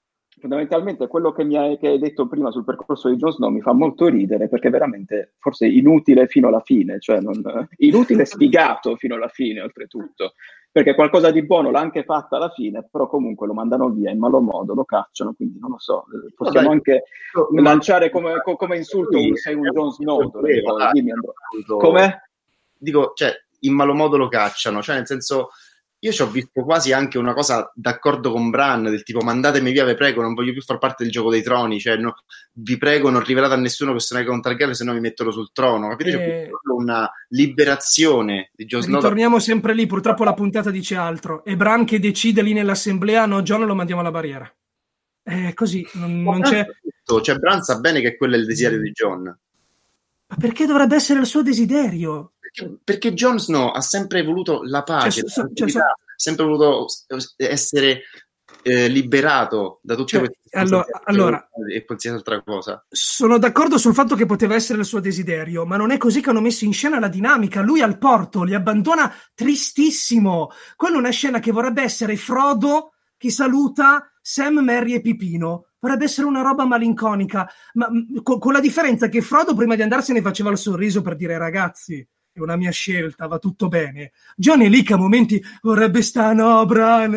fondamentalmente quello che hai detto prima sul percorso di Jon Snow mi fa molto ridere, perché veramente forse inutile fino alla fine, cioè inutile sfigato fino alla fine, oltretutto, perché qualcosa di buono l'ha anche fatta alla fine, però comunque lo mandano via in malo modo, lo cacciano, quindi non lo so, possiamo anche lanciare come insulto sei un Jon Snow. Come? Dico, cioè, in malo modo lo cacciano, cioè nel senso... Io ci ho visto quasi anche una cosa d'accordo con Bran, del tipo mandatemi via, vi prego, non voglio più far parte del gioco dei troni, cioè no, vi prego, non rivelate a nessuno che sono un Targaryen, se no mi mettono sul trono, capite? C'è una liberazione di Jon Snow. Ritorniamo sempre lì, purtroppo la puntata dice altro, e Bran che decide lì nell'assemblea, no, Jon lo mandiamo alla barriera. Così, non c'è... Cioè Bran sa bene che quello è il desiderio di Jon. Ma perché dovrebbe essere il suo desiderio? Perché Jon Snow ha sempre voluto la pace, sempre voluto essere liberato da tutte queste allora, e qualsiasi altra cosa. Sono d'accordo sul fatto che poteva essere il suo desiderio, ma non è così che hanno messo in scena la dinamica. Lui al porto li abbandona tristissimo. Quella è una scena che vorrebbe essere Frodo che saluta Sam, Merry e Pipino. Vorrebbe essere una roba malinconica, ma con la differenza che Frodo prima di andarsene faceva il sorriso per dire ragazzi, è una mia scelta, va tutto bene. Jon è lì che a momenti vorrebbe stare, no, Bran,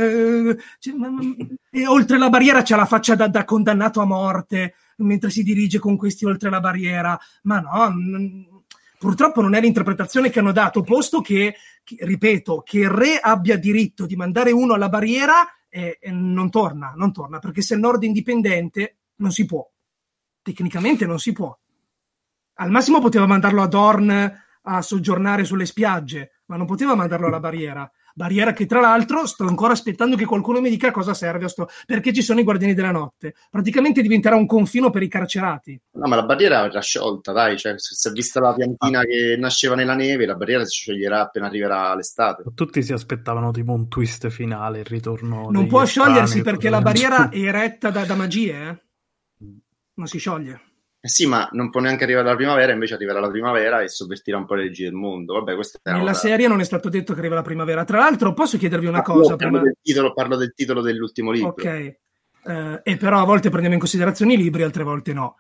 e oltre la barriera c'ha la faccia da condannato a morte mentre si dirige con questi oltre la barriera. Ma no, purtroppo non è l'interpretazione che hanno dato, posto che ripeto, che il re abbia diritto di mandare uno alla barriera e non torna, perché se il nord è indipendente non si può. Tecnicamente non si può. Al massimo poteva mandarlo a Dorne a soggiornare sulle spiagge, ma non poteva mandarlo alla barriera che tra l'altro sto ancora aspettando che qualcuno mi dica a cosa serve perché ci sono i Guardiani della Notte. Praticamente diventerà un confino per i carcerati. No, ma la barriera era sciolta, dai, cioè se vista la piantina che nasceva nella neve, la barriera si scioglierà appena arriverà l'estate. Tutti si aspettavano tipo un twist finale, il ritorno non può sciogliersi perché la barriera è retta da magie, non si scioglie. Sì, ma non può neanche arrivare la primavera, invece arriverà la primavera e sovvertirà un po' le leggi del mondo. Vabbè, questa è nella serie non è stato detto che arriva la primavera. Tra l'altro, posso chiedervi una cosa? Parlo del titolo dell'ultimo libro. Ok, e però a volte prendiamo in considerazione i libri, altre volte no.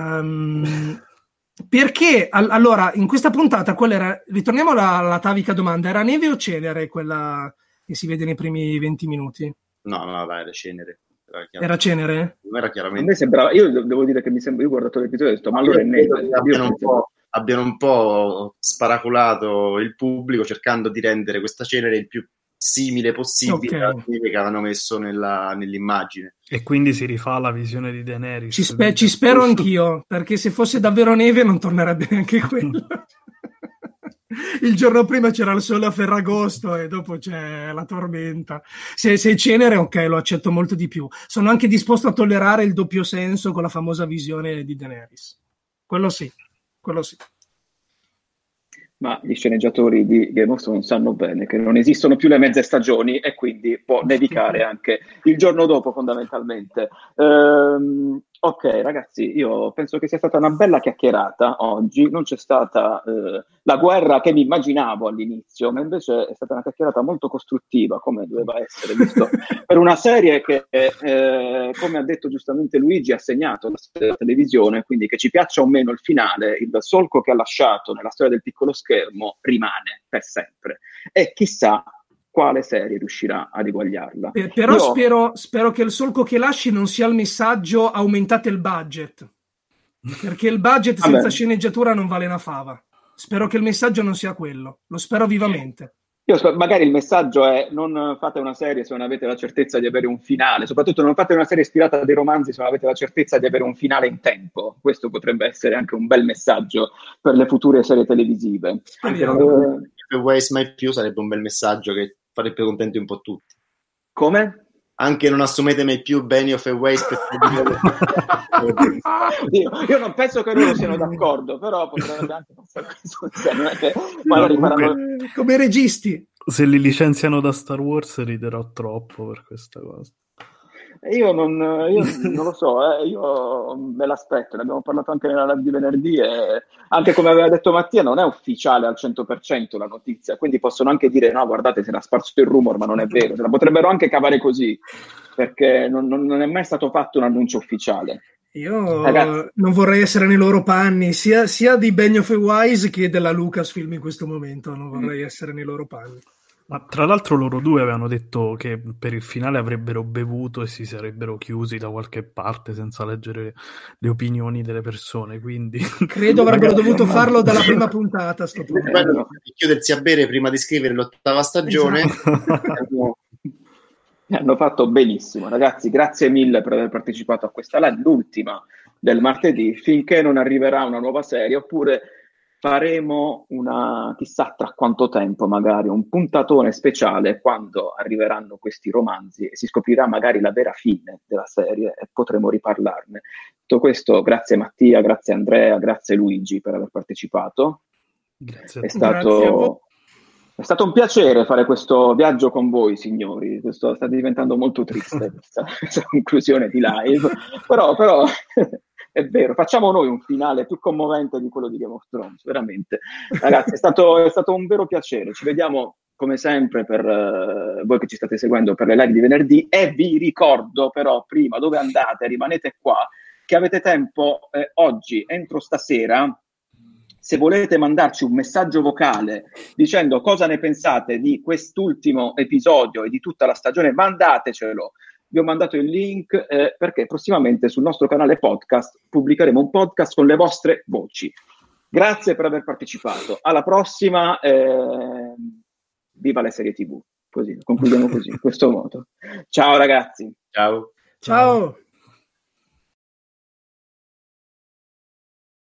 Perché, allora, in questa puntata, ritorniamo alla atavica domanda, era neve o cenere quella che si vede nei primi 20 minuti? No, dai, era cenere. Era cenere? Non era chiaramente. A me sembrava, io devo dire che io ho guardato l'episodio e ho detto, ma allora è neve. Abbiano un po' sparaculato il pubblico cercando di rendere questa cenere il più simile possibile alla neve che avevano messo nell'immagine. E quindi si rifà la visione di Daenerys. Ci spero anch'io, perché se fosse davvero neve non tornerebbe neanche quello. Il giorno prima c'era il sole a Ferragosto e dopo c'è la tormenta. Se è cenere, ok, lo accetto molto di più. Sono anche disposto a tollerare il doppio senso con la famosa visione di Daenerys. Quello sì. Ma gli sceneggiatori di Game of Thrones sanno bene che non esistono più le mezze stagioni e quindi può nevicare anche il giorno dopo, fondamentalmente. Ok, ragazzi, io penso che sia stata una bella chiacchierata oggi. Non c'è stata la guerra che mi immaginavo all'inizio, ma invece è stata una chiacchierata molto costruttiva, come doveva essere, visto per una serie che, come ha detto giustamente Luigi, ha segnato la televisione, quindi che ci piaccia o meno il finale, il solco che ha lasciato nella storia del piccolo schermo rimane per sempre. E chissà quale serie riuscirà ad eguagliarla. Però spero che il solco che lasci non sia il messaggio aumentate il budget, perché il budget senza sceneggiatura non vale una fava. Spero che il messaggio non sia quello, lo spero vivamente. Magari il messaggio è: non fate una serie se non avete la certezza di avere un finale, soprattutto non fate una serie ispirata a dei romanzi se non avete la certezza di avere un finale in tempo. Questo potrebbe essere anche un bel messaggio per le future serie televisive. Waste mai più sarebbe un bel messaggio che farebbe contenti un po' tutti. Come? Anche non assumete mai più Benny of a Waste. Io non penso che loro siano d'accordo, però potrebbe anche passare questo. Non è che magari come registi. Se li licenziano da Star Wars riderò troppo per questa cosa. Io non lo so, io me l'aspetto, ne abbiamo parlato anche nella live di venerdì e anche come aveva detto Mattia non è ufficiale al 100% la notizia, quindi possono anche dire no, guardate, se l'ha sparso il rumor, ma non è vero, se la potrebbero anche cavare così, perché non è mai stato fatto un annuncio ufficiale. Io Ragazzi, non vorrei essere nei loro panni, sia di Benioff e Wise che della Lucasfilm in questo momento, non vorrei essere nei loro panni. Ma tra l'altro loro due avevano detto che per il finale avrebbero bevuto e si sarebbero chiusi da qualche parte senza leggere le opinioni delle persone, quindi credo avrebbero dovuto farlo dalla prima puntata. Sto Bello chiudersi a bere prima di scrivere l'8ª stagione. Esatto. hanno fatto benissimo, ragazzi, grazie mille per aver partecipato a questa live, l'ultima del martedì, finché non arriverà una nuova serie, oppure faremo chissà tra quanto tempo, magari un puntatone speciale quando arriveranno questi romanzi e si scoprirà magari la vera fine della serie e potremo riparlarne. Tutto questo, grazie Mattia, grazie Andrea, grazie Luigi per aver partecipato. grazie. È stato un piacere fare questo viaggio con voi, signori. Questo sta diventando molto triste, questa conclusione di live, però è vero, facciamo noi un finale più commovente di quello di Game of Thrones, veramente. Ragazzi, è stato un vero piacere. Ci vediamo come sempre per voi che ci state seguendo per le live di venerdì e vi ricordo però prima dove andate, rimanete qua, che avete tempo oggi, entro stasera, se volete mandarci un messaggio vocale dicendo cosa ne pensate di quest'ultimo episodio e di tutta la stagione, mandatecelo. Vi ho mandato il link perché prossimamente sul nostro canale podcast pubblicheremo un podcast con le vostre voci. Grazie per aver partecipato. Alla prossima. Viva le serie TV. Così, concludiamo così, in questo modo. Ciao ragazzi. Ciao. Ciao.